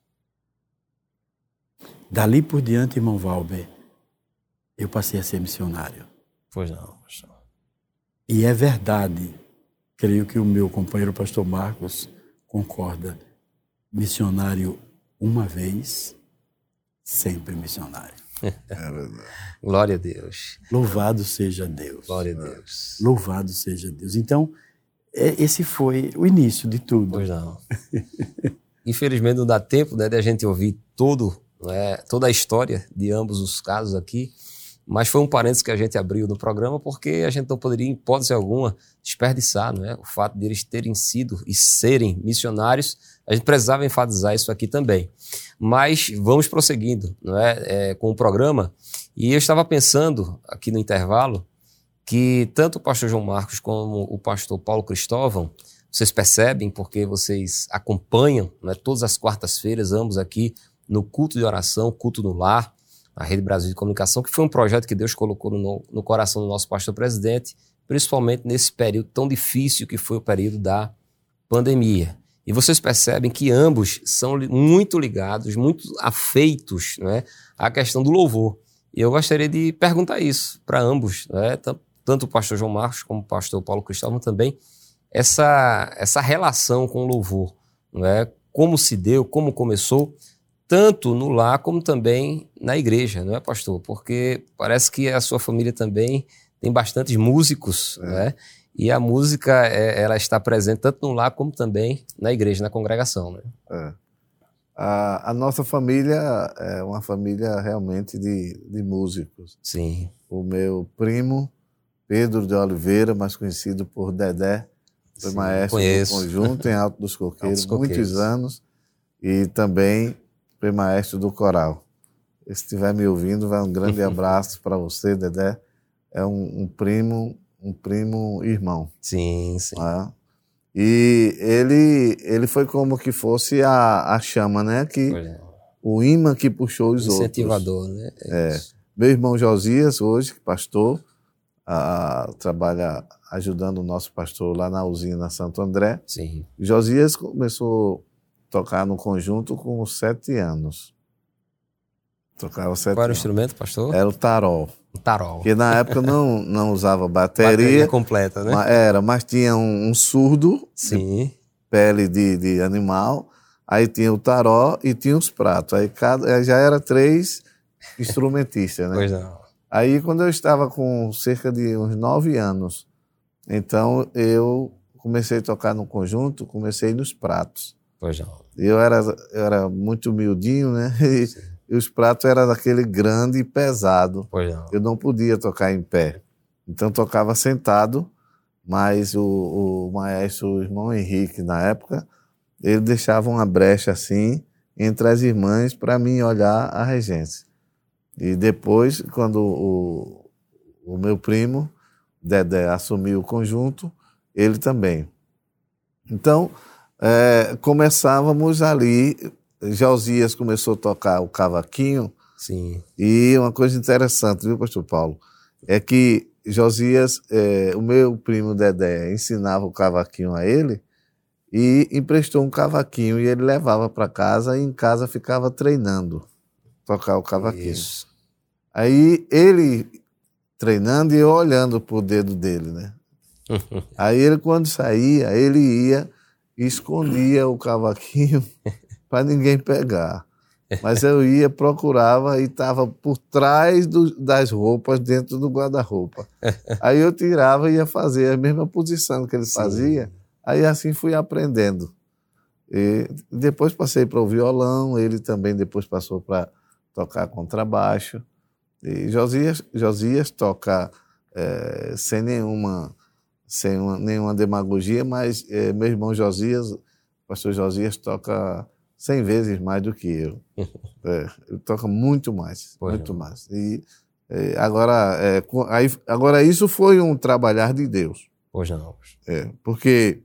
Dali por diante, irmão Valber, eu passei a ser missionário. Pois não, pastor. E é verdade, creio que o meu companheiro pastor Marcos concorda, missionário uma vez, sempre missionário. É verdade. Glória a Deus. Louvado seja Deus. Glória a Deus. Louvado seja Deus. Então, é- esse foi o início de tudo. Pois não. Infelizmente não dá tempo, né, de a gente ouvir todo, né, toda a história de ambos os casos aqui, Mas foi um parênteses que a gente abriu no programa porque a gente não poderia, em hipótese alguma, desperdiçar, não é? O fato de eles terem sido e serem missionários, a gente precisava enfatizar isso aqui também. Mas vamos prosseguindo, não é? É, com o programa. E eu estava pensando aqui no intervalo que tanto o pastor João Marcos como o pastor Paulo Cristóvão, vocês percebem porque vocês acompanham, não é? Todas as quartas-feiras, ambos aqui no culto de oração, culto no lar, a Rede Brasil de Comunicação, que foi um projeto que Deus colocou no, no coração do nosso pastor presidente, principalmente nesse período tão difícil que foi o período da pandemia. E vocês percebem que ambos são muito ligados, muito afeitos, né, à questão do louvor. E eu gostaria de perguntar isso para ambos, né, tanto o pastor João Marcos como o pastor Paulo Cristóvão também, essa, essa relação com o louvor, né, como se deu, como começou, tanto no lar como também na igreja, não é, pastor? Porque parece que a sua família também tem bastantes músicos, é. Né? E a música, é, ela está presente tanto no lar como também na igreja, na congregação, né? É. A, a nossa família é uma família realmente de, de músicos. Sim. O meu primo, Pedro de Oliveira, mais conhecido por Dedé, foi Sim, maestro conheço. do conjunto em Alto dos Coqueiros, Alto dos Coqueiros. muitos anos, e também foi maestro do coral. Se estiver me ouvindo, vai um grande abraço para você, Dedé. É um, um primo, um primo irmão. Sim, sim. É? E ele, ele foi como que fosse a, a chama, né? Que, é. O imã que puxou os Incentivador, outros. Incentivador, né? É. É. Meu irmão Josias, hoje, pastor, a, trabalha ajudando o nosso pastor lá na usina Santo André. Sim. Josias começou tocar no conjunto com sete anos. Tocava sete Qual era o anos. instrumento, pastor? Era o tarol. O tarol. Porque na época não, não usava bateria. Bateria completa, né? Mas era, mas tinha um, um surdo, Sim. De pele de, de animal, aí tinha o tarol e tinha os pratos. Aí cada, já era três instrumentistas, né? Pois não. Aí quando eu estava com cerca de uns nove anos, então eu comecei a tocar no conjunto, comecei nos pratos. Pois não. Eu era, eu era muito humildinho, né? E, e os pratos eram daquele grande e pesado. Pois não. Eu não podia tocar em pé. Então tocava sentado, mas o, o maestro, o irmão Henrique, na época, ele deixava uma brecha assim entre as irmãs para mim olhar a regência. E depois, quando o, o meu primo, Dedé, assumiu o conjunto, ele também. Então, É, começávamos ali, Josias começou a tocar o cavaquinho. Sim. E uma coisa interessante, viu, pastor Paulo, é que Josias, é, o meu primo Dedé, ensinava o cavaquinho a ele e emprestou um cavaquinho e ele levava para casa e em casa ficava treinando tocar o cavaquinho. Isso. Aí ele treinando e eu olhando pro dedo dele, né? Aí ele, quando saía, ele ia e escondia o cavaquinho para ninguém pegar. Mas eu ia, procurava e estava por trás do, das roupas, dentro do guarda-roupa. Aí eu tirava e ia fazer a mesma posição que ele Sim. fazia. Aí assim fui aprendendo. E depois passei para o violão, ele também depois passou para tocar contrabaixo. E Josias, Josias toca é, sem nenhuma... sem uma, nenhuma demagogia, mas é, meu irmão Josias, o pastor Josias, toca cem vezes mais do que eu. É, ele toca muito mais, pois muito não. mais. E é, agora, é, aí, agora, isso foi um trabalhar de Deus. Pois não. É, porque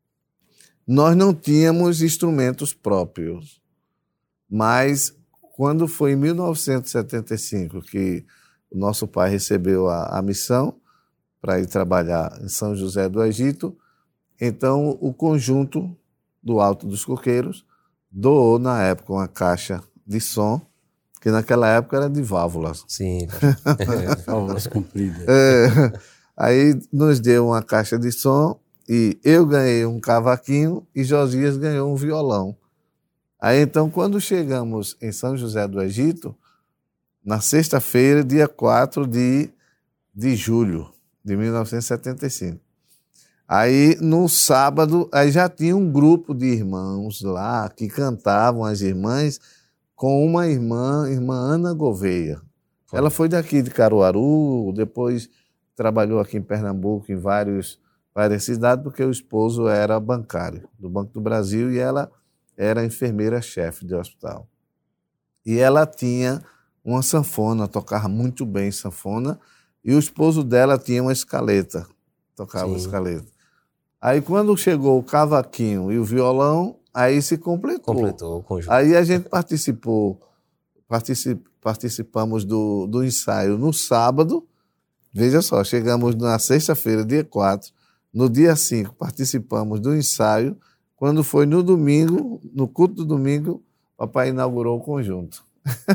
nós não tínhamos instrumentos próprios, mas quando foi em mil novecentos e setenta e cinco que o nosso pai recebeu a, a missão, para ir trabalhar em São José do Egito, então o conjunto do Alto dos Coqueiros doou, na época, uma caixa de som, que naquela época era de válvulas. Sim, válvulas compridas. É, aí nos deu uma caixa de som e eu ganhei um cavaquinho e Josias ganhou um violão. Aí então, quando chegamos em São José do Egito, na sexta-feira, dia quatro de, de julho, de mil novecentos e setenta e cinco. Aí, no sábado, aí já tinha um grupo de irmãos lá que cantavam, as irmãs, com uma irmã, irmã Ana Gouveia. Foi. Ela foi daqui de Caruaru, depois trabalhou aqui em Pernambuco, em vários, várias cidades, porque o esposo era bancário do Banco do Brasil e ela era enfermeira-chefe de hospital. E ela tinha uma sanfona, tocava muito bem sanfona, e o esposo dela tinha uma escaleta, tocava uma escaleta. Aí quando chegou o cavaquinho e o violão, aí se completou. Completou o conjunto. Aí a gente participou, particip, participamos do, do ensaio no sábado. Veja só, chegamos na sexta-feira, dia quatro. No dia cinco, participamos do ensaio. Quando foi no domingo, no culto do domingo, papai inaugurou o conjunto.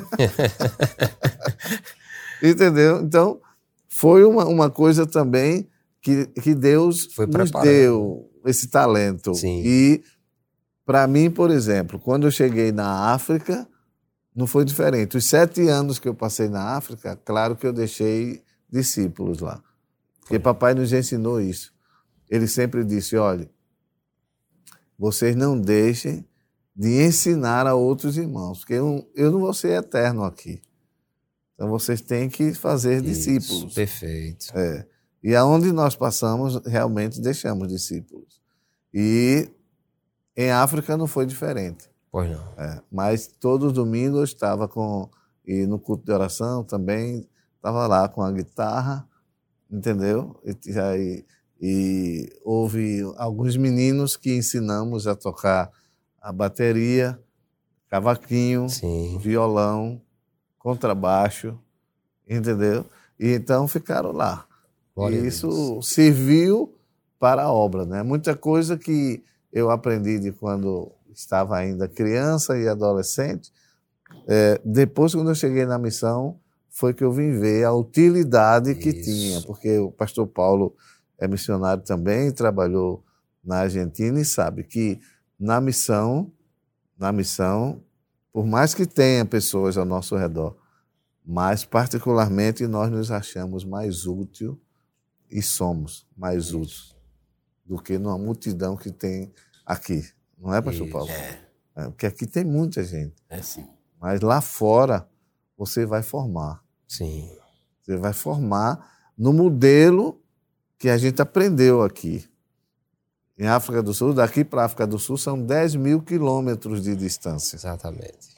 Entendeu? Então, foi uma, uma coisa também que, que Deus foi nos deu esse talento. Sim. E, para mim, por exemplo, quando eu cheguei na África, não foi diferente. Os sete anos que eu passei na África, claro que eu deixei discípulos lá. Porque papai nos ensinou isso. Ele sempre disse, olha, vocês não deixem de ensinar a outros irmãos, porque eu, eu não vou ser eterno aqui. Então, vocês têm que fazer isso, discípulos. Perfeito. É. E aonde nós passamos, realmente deixamos discípulos. E em África não foi diferente. Pois não. É. Mas todo domingo eu estava com... E no culto de oração também, estava lá com a guitarra, entendeu? E, aí, e houve alguns meninos que ensinamos a tocar a bateria, cavaquinho, Sim. violão, contrabaixo, entendeu? E então ficaram lá. Glória e isso serviu para a obra, né? Muita coisa que eu aprendi de quando estava ainda criança e adolescente. É, depois, quando eu cheguei na missão, foi que eu vim ver a utilidade que isso. tinha, porque o pastor Paulo é missionário também, trabalhou na Argentina e sabe que na missão, na missão, por mais que tenha pessoas ao nosso redor, mas particularmente nós nos achamos mais úteis e somos mais úteis do que numa multidão que tem aqui. Não é, pastor Paulo? É. É, porque aqui tem muita gente. É sim. Mas lá fora você vai formar. Sim. Você vai formar no modelo que a gente aprendeu aqui. Em África do Sul, daqui para a África do Sul, são dez mil quilômetros de distância. Exatamente.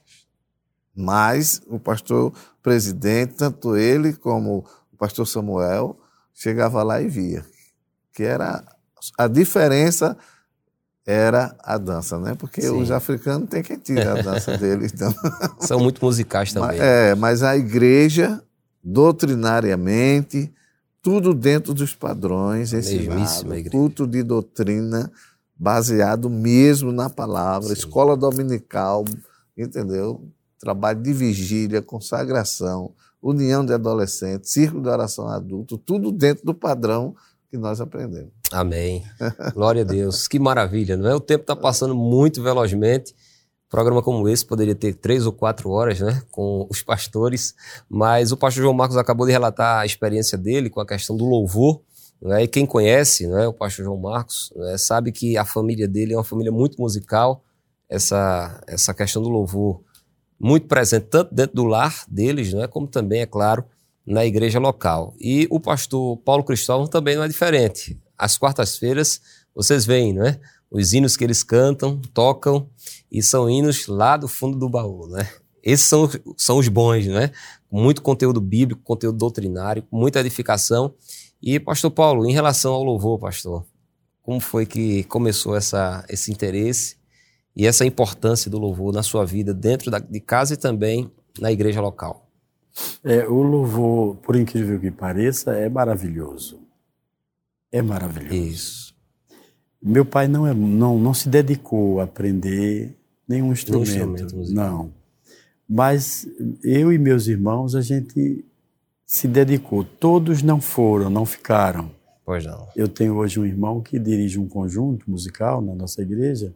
Mas o pastor presidente, tanto ele como o pastor Samuel, chegava lá e via. Que era a diferença era a dança, né? Porque Sim. os africanos têm quem tira a dança deles. Então. São muito musicais também. Mas, é, mas a igreja, doutrinariamente, tudo dentro dos padrões, ensinado, culto de doutrina, baseado mesmo na palavra, Sim. escola dominical, entendeu? Trabalho de vigília, consagração, união de adolescentes, círculo de oração adulto, tudo dentro do padrão que nós aprendemos. Amém. Glória a Deus. Que maravilha, não é? O tempo está passando muito velozmente. Programa como esse poderia ter três ou quatro horas, né, com os pastores, mas o pastor João Marcos acabou de relatar a experiência dele com a questão do louvor, né, e quem conhece, né, o pastor João Marcos, né, sabe que a família dele é uma família muito musical, essa, essa questão do louvor muito presente tanto dentro do lar deles, né, como também, é claro, na igreja local. E o pastor Paulo Cristóvão também não é diferente. Às quartas-feiras, vocês veem, não é? Os hinos que eles cantam, tocam, e são hinos lá do fundo do baú, né? Esses são, são os bons, né? Com muito conteúdo bíblico, conteúdo doutrinário, muita edificação. E, pastor Paulo, em relação ao louvor, pastor, como foi que começou essa, esse interesse e essa importância do louvor na sua vida, dentro da, de casa e também na igreja local? É, o louvor, por incrível que pareça, é maravilhoso. É maravilhoso. Isso. Meu pai não, é, não, não se dedicou a aprender nenhum instrumento, nenhum instrumento musical. Não. Mas eu e meus irmãos, a gente se dedicou. Todos não foram, não ficaram. Pois não. Eu tenho hoje um irmão que dirige um conjunto musical na nossa igreja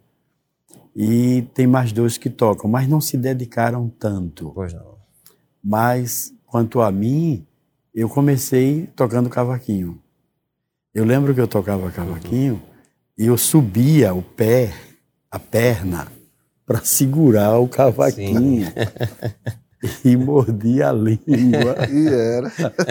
e tem mais dois que tocam, mas não se dedicaram tanto. Pois não. Mas, quanto a mim, eu comecei tocando cavaquinho. Eu lembro que eu tocava cavaquinho, uhum. E eu subia o pé, a perna, para segurar o cavaquinho. e mordia a língua. E era.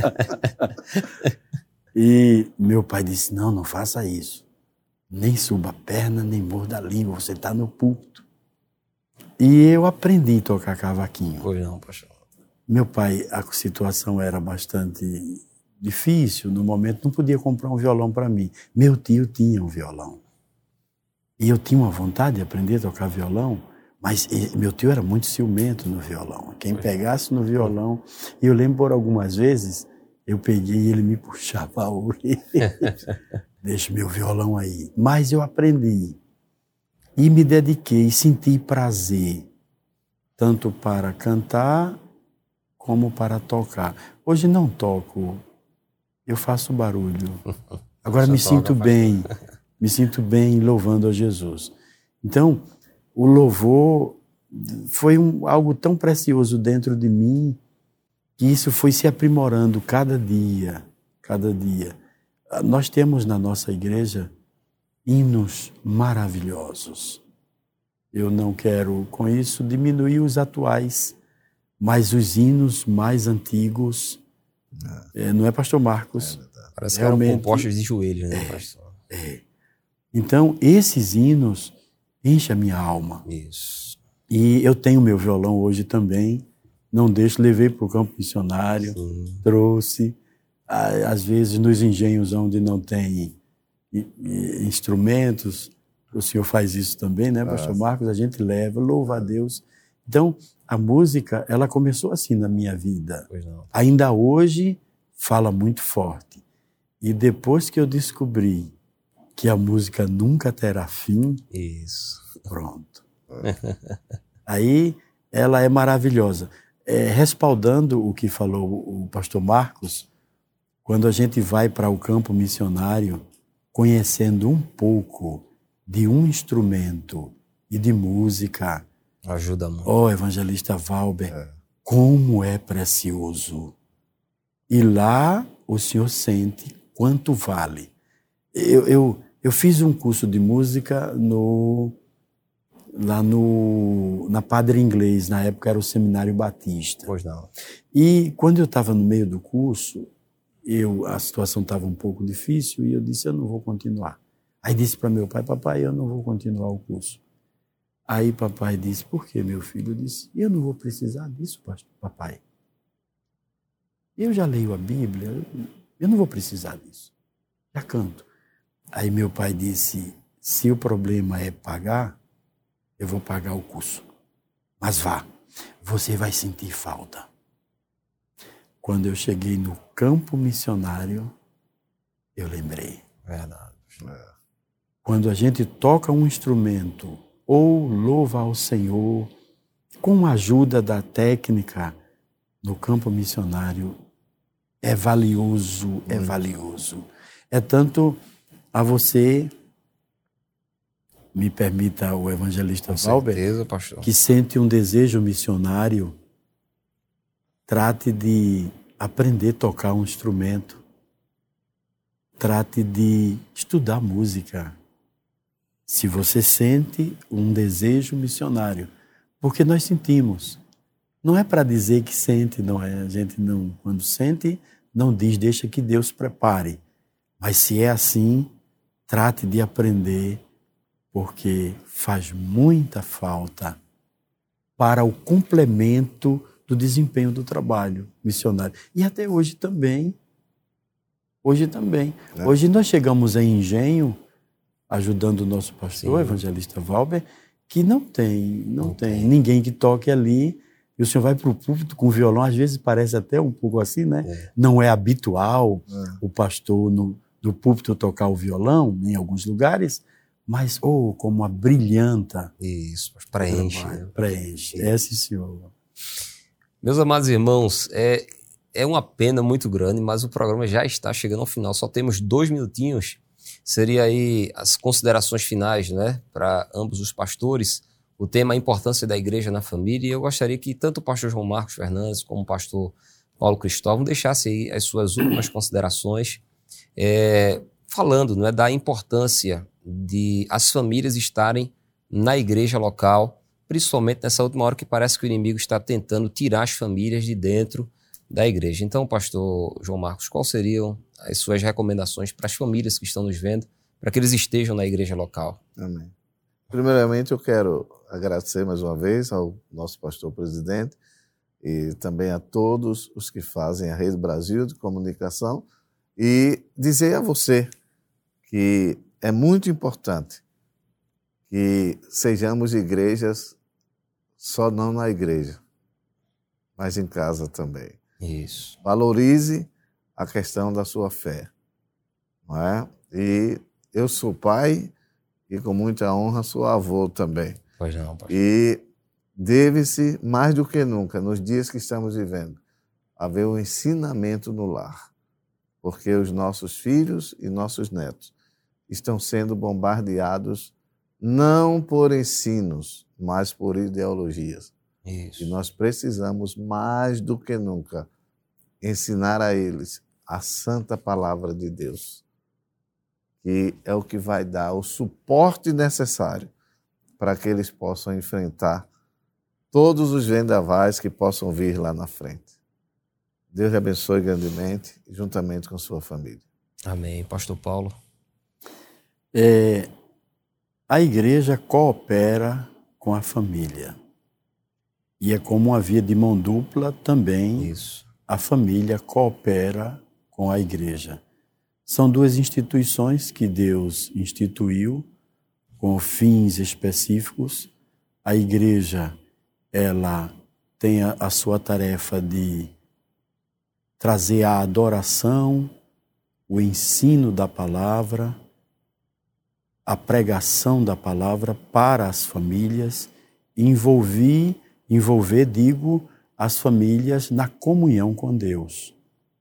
E meu pai disse, não, não faça isso. Nem suba a perna, nem morda a língua, você está no púlpito. E eu aprendi a tocar cavaquinho. Pois não, pastor. Meu pai, a situação era bastante difícil, no momento não podia comprar um violão para mim. Meu tio tinha um violão. E eu tinha uma vontade de aprender a tocar violão, mas meu tio era muito ciumento no violão. Quem pegasse no violão... E eu lembro por algumas vezes, eu peguei e ele me puxava a orelha. Deixa meu violão aí. Mas eu aprendi. E me dediquei, senti prazer, tanto para cantar como para tocar. Hoje não toco, eu faço barulho. Agora me sinto bem, me sinto bem louvando a Jesus. Então, o louvor foi um, algo tão precioso dentro de mim que isso foi se aprimorando cada dia, cada dia. Nós temos na nossa igreja hinos maravilhosos. Eu não quero, com isso, diminuir os atuais, mas os hinos mais antigos, é. É, não é, pastor Marcos? É, parece que eram compostos de joelhos, né, é, pastor? É. Então, esses hinos enchem a minha alma. Isso. E eu tenho meu violão hoje também, não deixo, levei para o campo missionário, Sim. trouxe, às vezes nos engenhos onde não tem instrumentos, o senhor faz isso também, né, pastor Marcos? A gente leva, louva a Deus. Então, a música, ela começou assim na minha vida. Pois não. Ainda hoje, fala muito forte. E depois que eu descobri que a música nunca terá fim, isso. Pronto. Aí, ela é maravilhosa. É, respaldando o que falou o pastor Marcos, quando a gente vai para o campo missionário, conhecendo um pouco de um instrumento e de música. Ajuda muito. Ó, oh, evangelista Valber, é. Como é precioso. E lá o senhor sente quanto vale. Eu, eu, eu fiz um curso de música no, lá no, na Padre Inglês, na época era o Seminário Batista. Pois não. E quando eu estava no meio do curso, Eu, a situação estava um pouco difícil e eu disse, eu não vou continuar. Aí disse para meu pai, papai, eu não vou continuar o curso. Aí papai disse, por quê, meu filho? Eu disse, eu não vou precisar disso, pastor, papai. Eu já leio a Bíblia, eu não vou precisar disso. Já canto. Aí meu pai disse, se o problema é pagar, eu vou pagar o curso. Mas vá, você vai sentir falta. Quando eu cheguei no campo missionário, eu lembrei. Verdade. É. Quando a gente toca um instrumento ou louva ao Senhor, com a ajuda da técnica no campo missionário, é valioso, hum. é valioso. É tanto a você, me permita o evangelista Valber, certeza, pastor. Que sente um desejo missionário, trate de aprender a tocar um instrumento. Trate de estudar música. Se você sente um desejo missionário, porque nós sentimos. Não é para dizer que sente, não é. A gente não, quando sente, não diz, deixa que Deus prepare. Mas se é assim, trate de aprender, porque faz muita falta para o complemento do desempenho do trabalho missionário. E até hoje também. Hoje também. É. Hoje nós chegamos em Engenho, ajudando o nosso pastor, o evangelista Valber, que não tem, não, não tem, tem ninguém que toque ali. E o senhor vai para o púlpito com violão, às vezes parece até um pouco assim, né? É. Não é habitual é. o pastor no, no púlpito tocar o violão, em alguns lugares, mas, oh, como abrilhanta. Isso, preenche. Né? Preenche, é sim, senhor. Meus amados irmãos, é, é uma pena muito grande, mas o programa já está chegando ao final. Só temos dois minutinhos. Seria aí as considerações finais, né, para ambos os pastores. O tema é a importância da igreja na família. E eu gostaria que tanto o pastor João Marcos Fernandes como o pastor Paulo Cristóvão deixassem aí as suas últimas considerações, é, falando, né, da importância de as famílias estarem na igreja local, principalmente nessa última hora que parece que o inimigo está tentando tirar as famílias de dentro da igreja. Então, pastor João Marcos, quais seriam as suas recomendações para as famílias que estão nos vendo, para que eles estejam na igreja local? Amém. Primeiramente, eu quero agradecer mais uma vez ao nosso pastor presidente e também a todos os que fazem a Rede Brasil de Comunicação e dizer a você que é muito importante que sejamos igrejas só não na igreja, mas em casa também. Isso. Valorize a questão da sua fé, não é? E eu sou pai e com muita honra sou avô também. Pois não, pastor. E deve-se, mais do que nunca, nos dias que estamos vivendo, haver um ensinamento no lar, porque os nossos filhos e nossos netos estão sendo bombardeados não por ensinos, mas por ideologias. Isso. E nós precisamos, mais do que nunca, ensinar a eles a santa palavra de Deus, que é o que vai dar o suporte necessário para que eles possam enfrentar todos os vendavais que possam vir lá na frente. Deus lhe abençoe grandemente, juntamente com sua família. Amém. Pastor Paulo. É, a igreja coopera com a família. E é como uma via de mão dupla também. Isso. A família coopera com a igreja. São duas instituições que Deus instituiu com fins específicos. A igreja, ela tem a, a sua tarefa de trazer a adoração, o ensino da palavra, a pregação da palavra para as famílias, envolver, envolver, digo, as famílias na comunhão com Deus.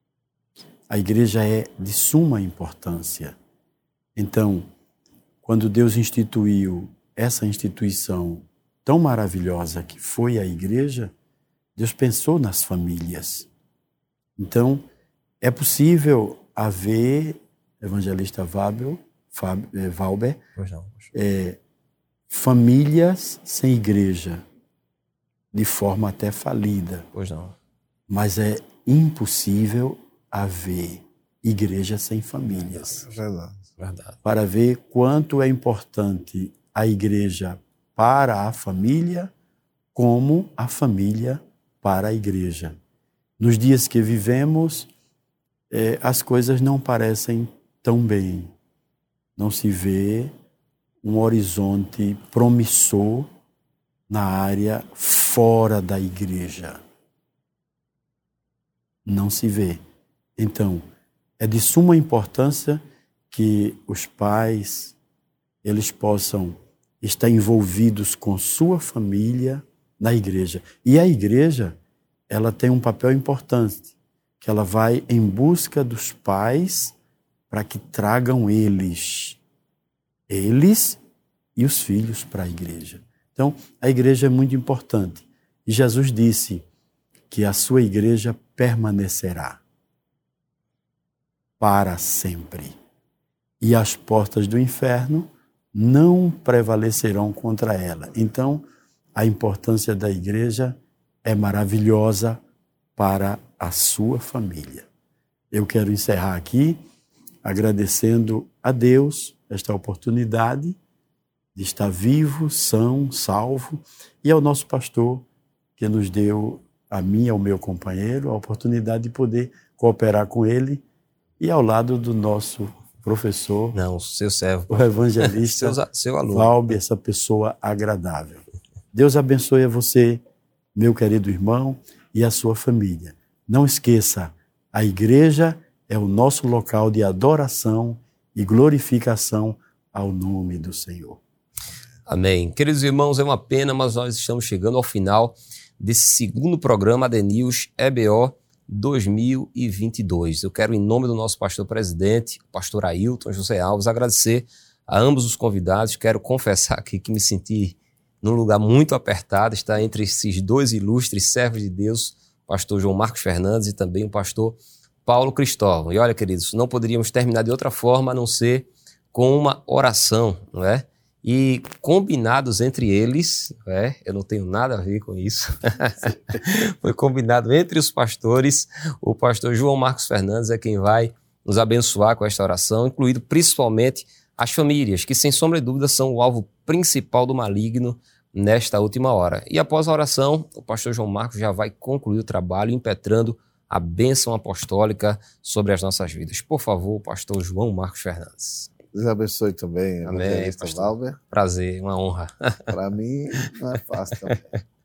A igreja é de suma importância. Então, quando Deus instituiu essa instituição tão maravilhosa que foi a igreja, Deus pensou nas famílias. Então, é possível haver, evangelista Valber, Valber é, famílias sem igreja, de forma até falida. Pois não. Mas é impossível haver igreja sem famílias. Verdade. Verdade. Para ver quanto é importante a igreja para a família, como a família para a igreja. Nos dias que vivemos, eh, as coisas não parecem tão bem. Não se vê um horizonte promissor na área fora da igreja. Não se vê. Então, é de suma importância que os pais, eles possam estar envolvidos com sua família na igreja. E a igreja, ela tem um papel importante, que ela vai em busca dos pais para que tragam eles, eles e os filhos para a igreja. Então, a igreja é muito importante. E Jesus disse que a sua igreja permanecerá para sempre. E as portas do inferno não prevalecerão contra ela. Então, a importância da igreja é maravilhosa para a sua família. Eu quero encerrar aqui agradecendo a Deus esta oportunidade de estar vivo, são, salvo, e ao nosso pastor que nos deu, a mim e ao meu companheiro, a oportunidade de poder cooperar com ele e ao lado do nosso professor, Não, seu servo. o evangelista seu, seu aluno. Valber, essa pessoa agradável. Deus abençoe a você, meu querido irmão, e a sua família. Não esqueça, a igreja é o nosso local de adoração e glorificação ao nome do Senhor. Amém. Queridos irmãos, é uma pena, mas nós estamos chegando ao final desse segundo programa A D News E B O dois mil e vinte e dois. Eu quero, em nome do nosso pastor presidente, o pastor Ailton José Alves, agradecer a ambos os convidados. Quero confessar aqui que me senti num lugar muito apertado, estar entre esses dois ilustres servos de Deus, o pastor João Marcos Fernandes e também o pastor Paulo Cristóvão. E olha, queridos, não poderíamos terminar de outra forma a não ser com uma oração, não é? e combinados entre eles, é, eu não tenho nada a ver com isso, foi combinado entre os pastores, o pastor João Marcos Fernandes é quem vai nos abençoar com esta oração, incluído principalmente as famílias, que sem sombra de dúvida são o alvo principal do maligno nesta última hora. E após a oração, o pastor João Marcos já vai concluir o trabalho impetrando a bênção apostólica sobre as nossas vidas. Por favor, pastor João Marcos Fernandes. Deus abençoe também, amém, pastor Valber. Prazer, uma honra. Para mim não é fácil também.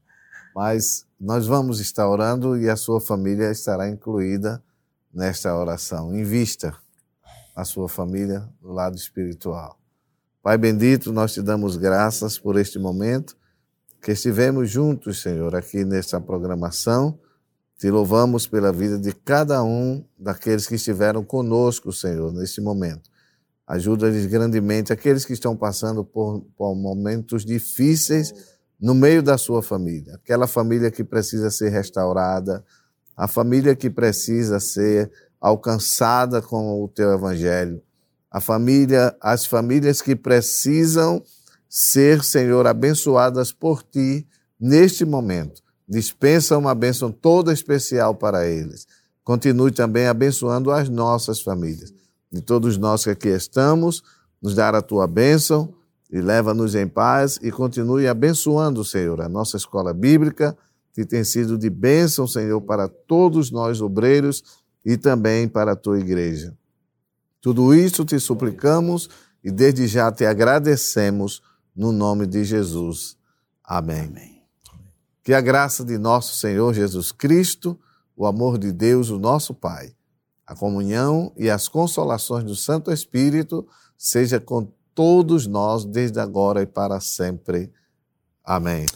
Mas nós vamos estar orando e a sua família estará incluída nesta oração. Invista a sua família no lado espiritual. Pai bendito, nós te damos graças por este momento que estivemos juntos, Senhor, aqui nesta programação. Te louvamos pela vida de cada um daqueles que estiveram conosco, Senhor, neste momento. Ajuda-lhes grandemente aqueles que estão passando por, por momentos difíceis no meio da sua família. Aquela família que precisa ser restaurada, a família que precisa ser alcançada com o teu evangelho, a família, as famílias que precisam ser, Senhor, abençoadas por ti neste momento. Dispensa uma bênção toda especial para eles. Continue também abençoando as nossas famílias. De todos nós que aqui estamos, nos dar a tua bênção e leva-nos em paz e continue abençoando, Senhor, a nossa escola bíblica, que tem sido de bênção, Senhor, para todos nós obreiros e também para a tua igreja. Tudo isso te suplicamos e desde já te agradecemos no nome de Jesus. Amém. Amém. Que a graça de nosso Senhor Jesus Cristo, o amor de Deus, o nosso Pai, a comunhão e as consolações do Santo Espírito seja com todos nós, desde agora e para sempre. Amém.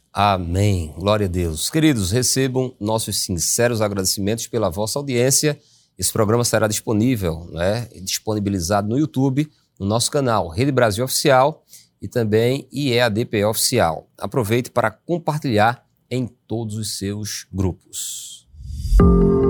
Amém. Glória a Deus. Queridos, recebam nossos sinceros agradecimentos pela vossa audiência. Esse programa será disponível, né, disponibilizado no YouTube, no nosso canal Rede Brasil Oficial e também I E A D P E Oficial. Aproveite para compartilhar em todos os seus grupos.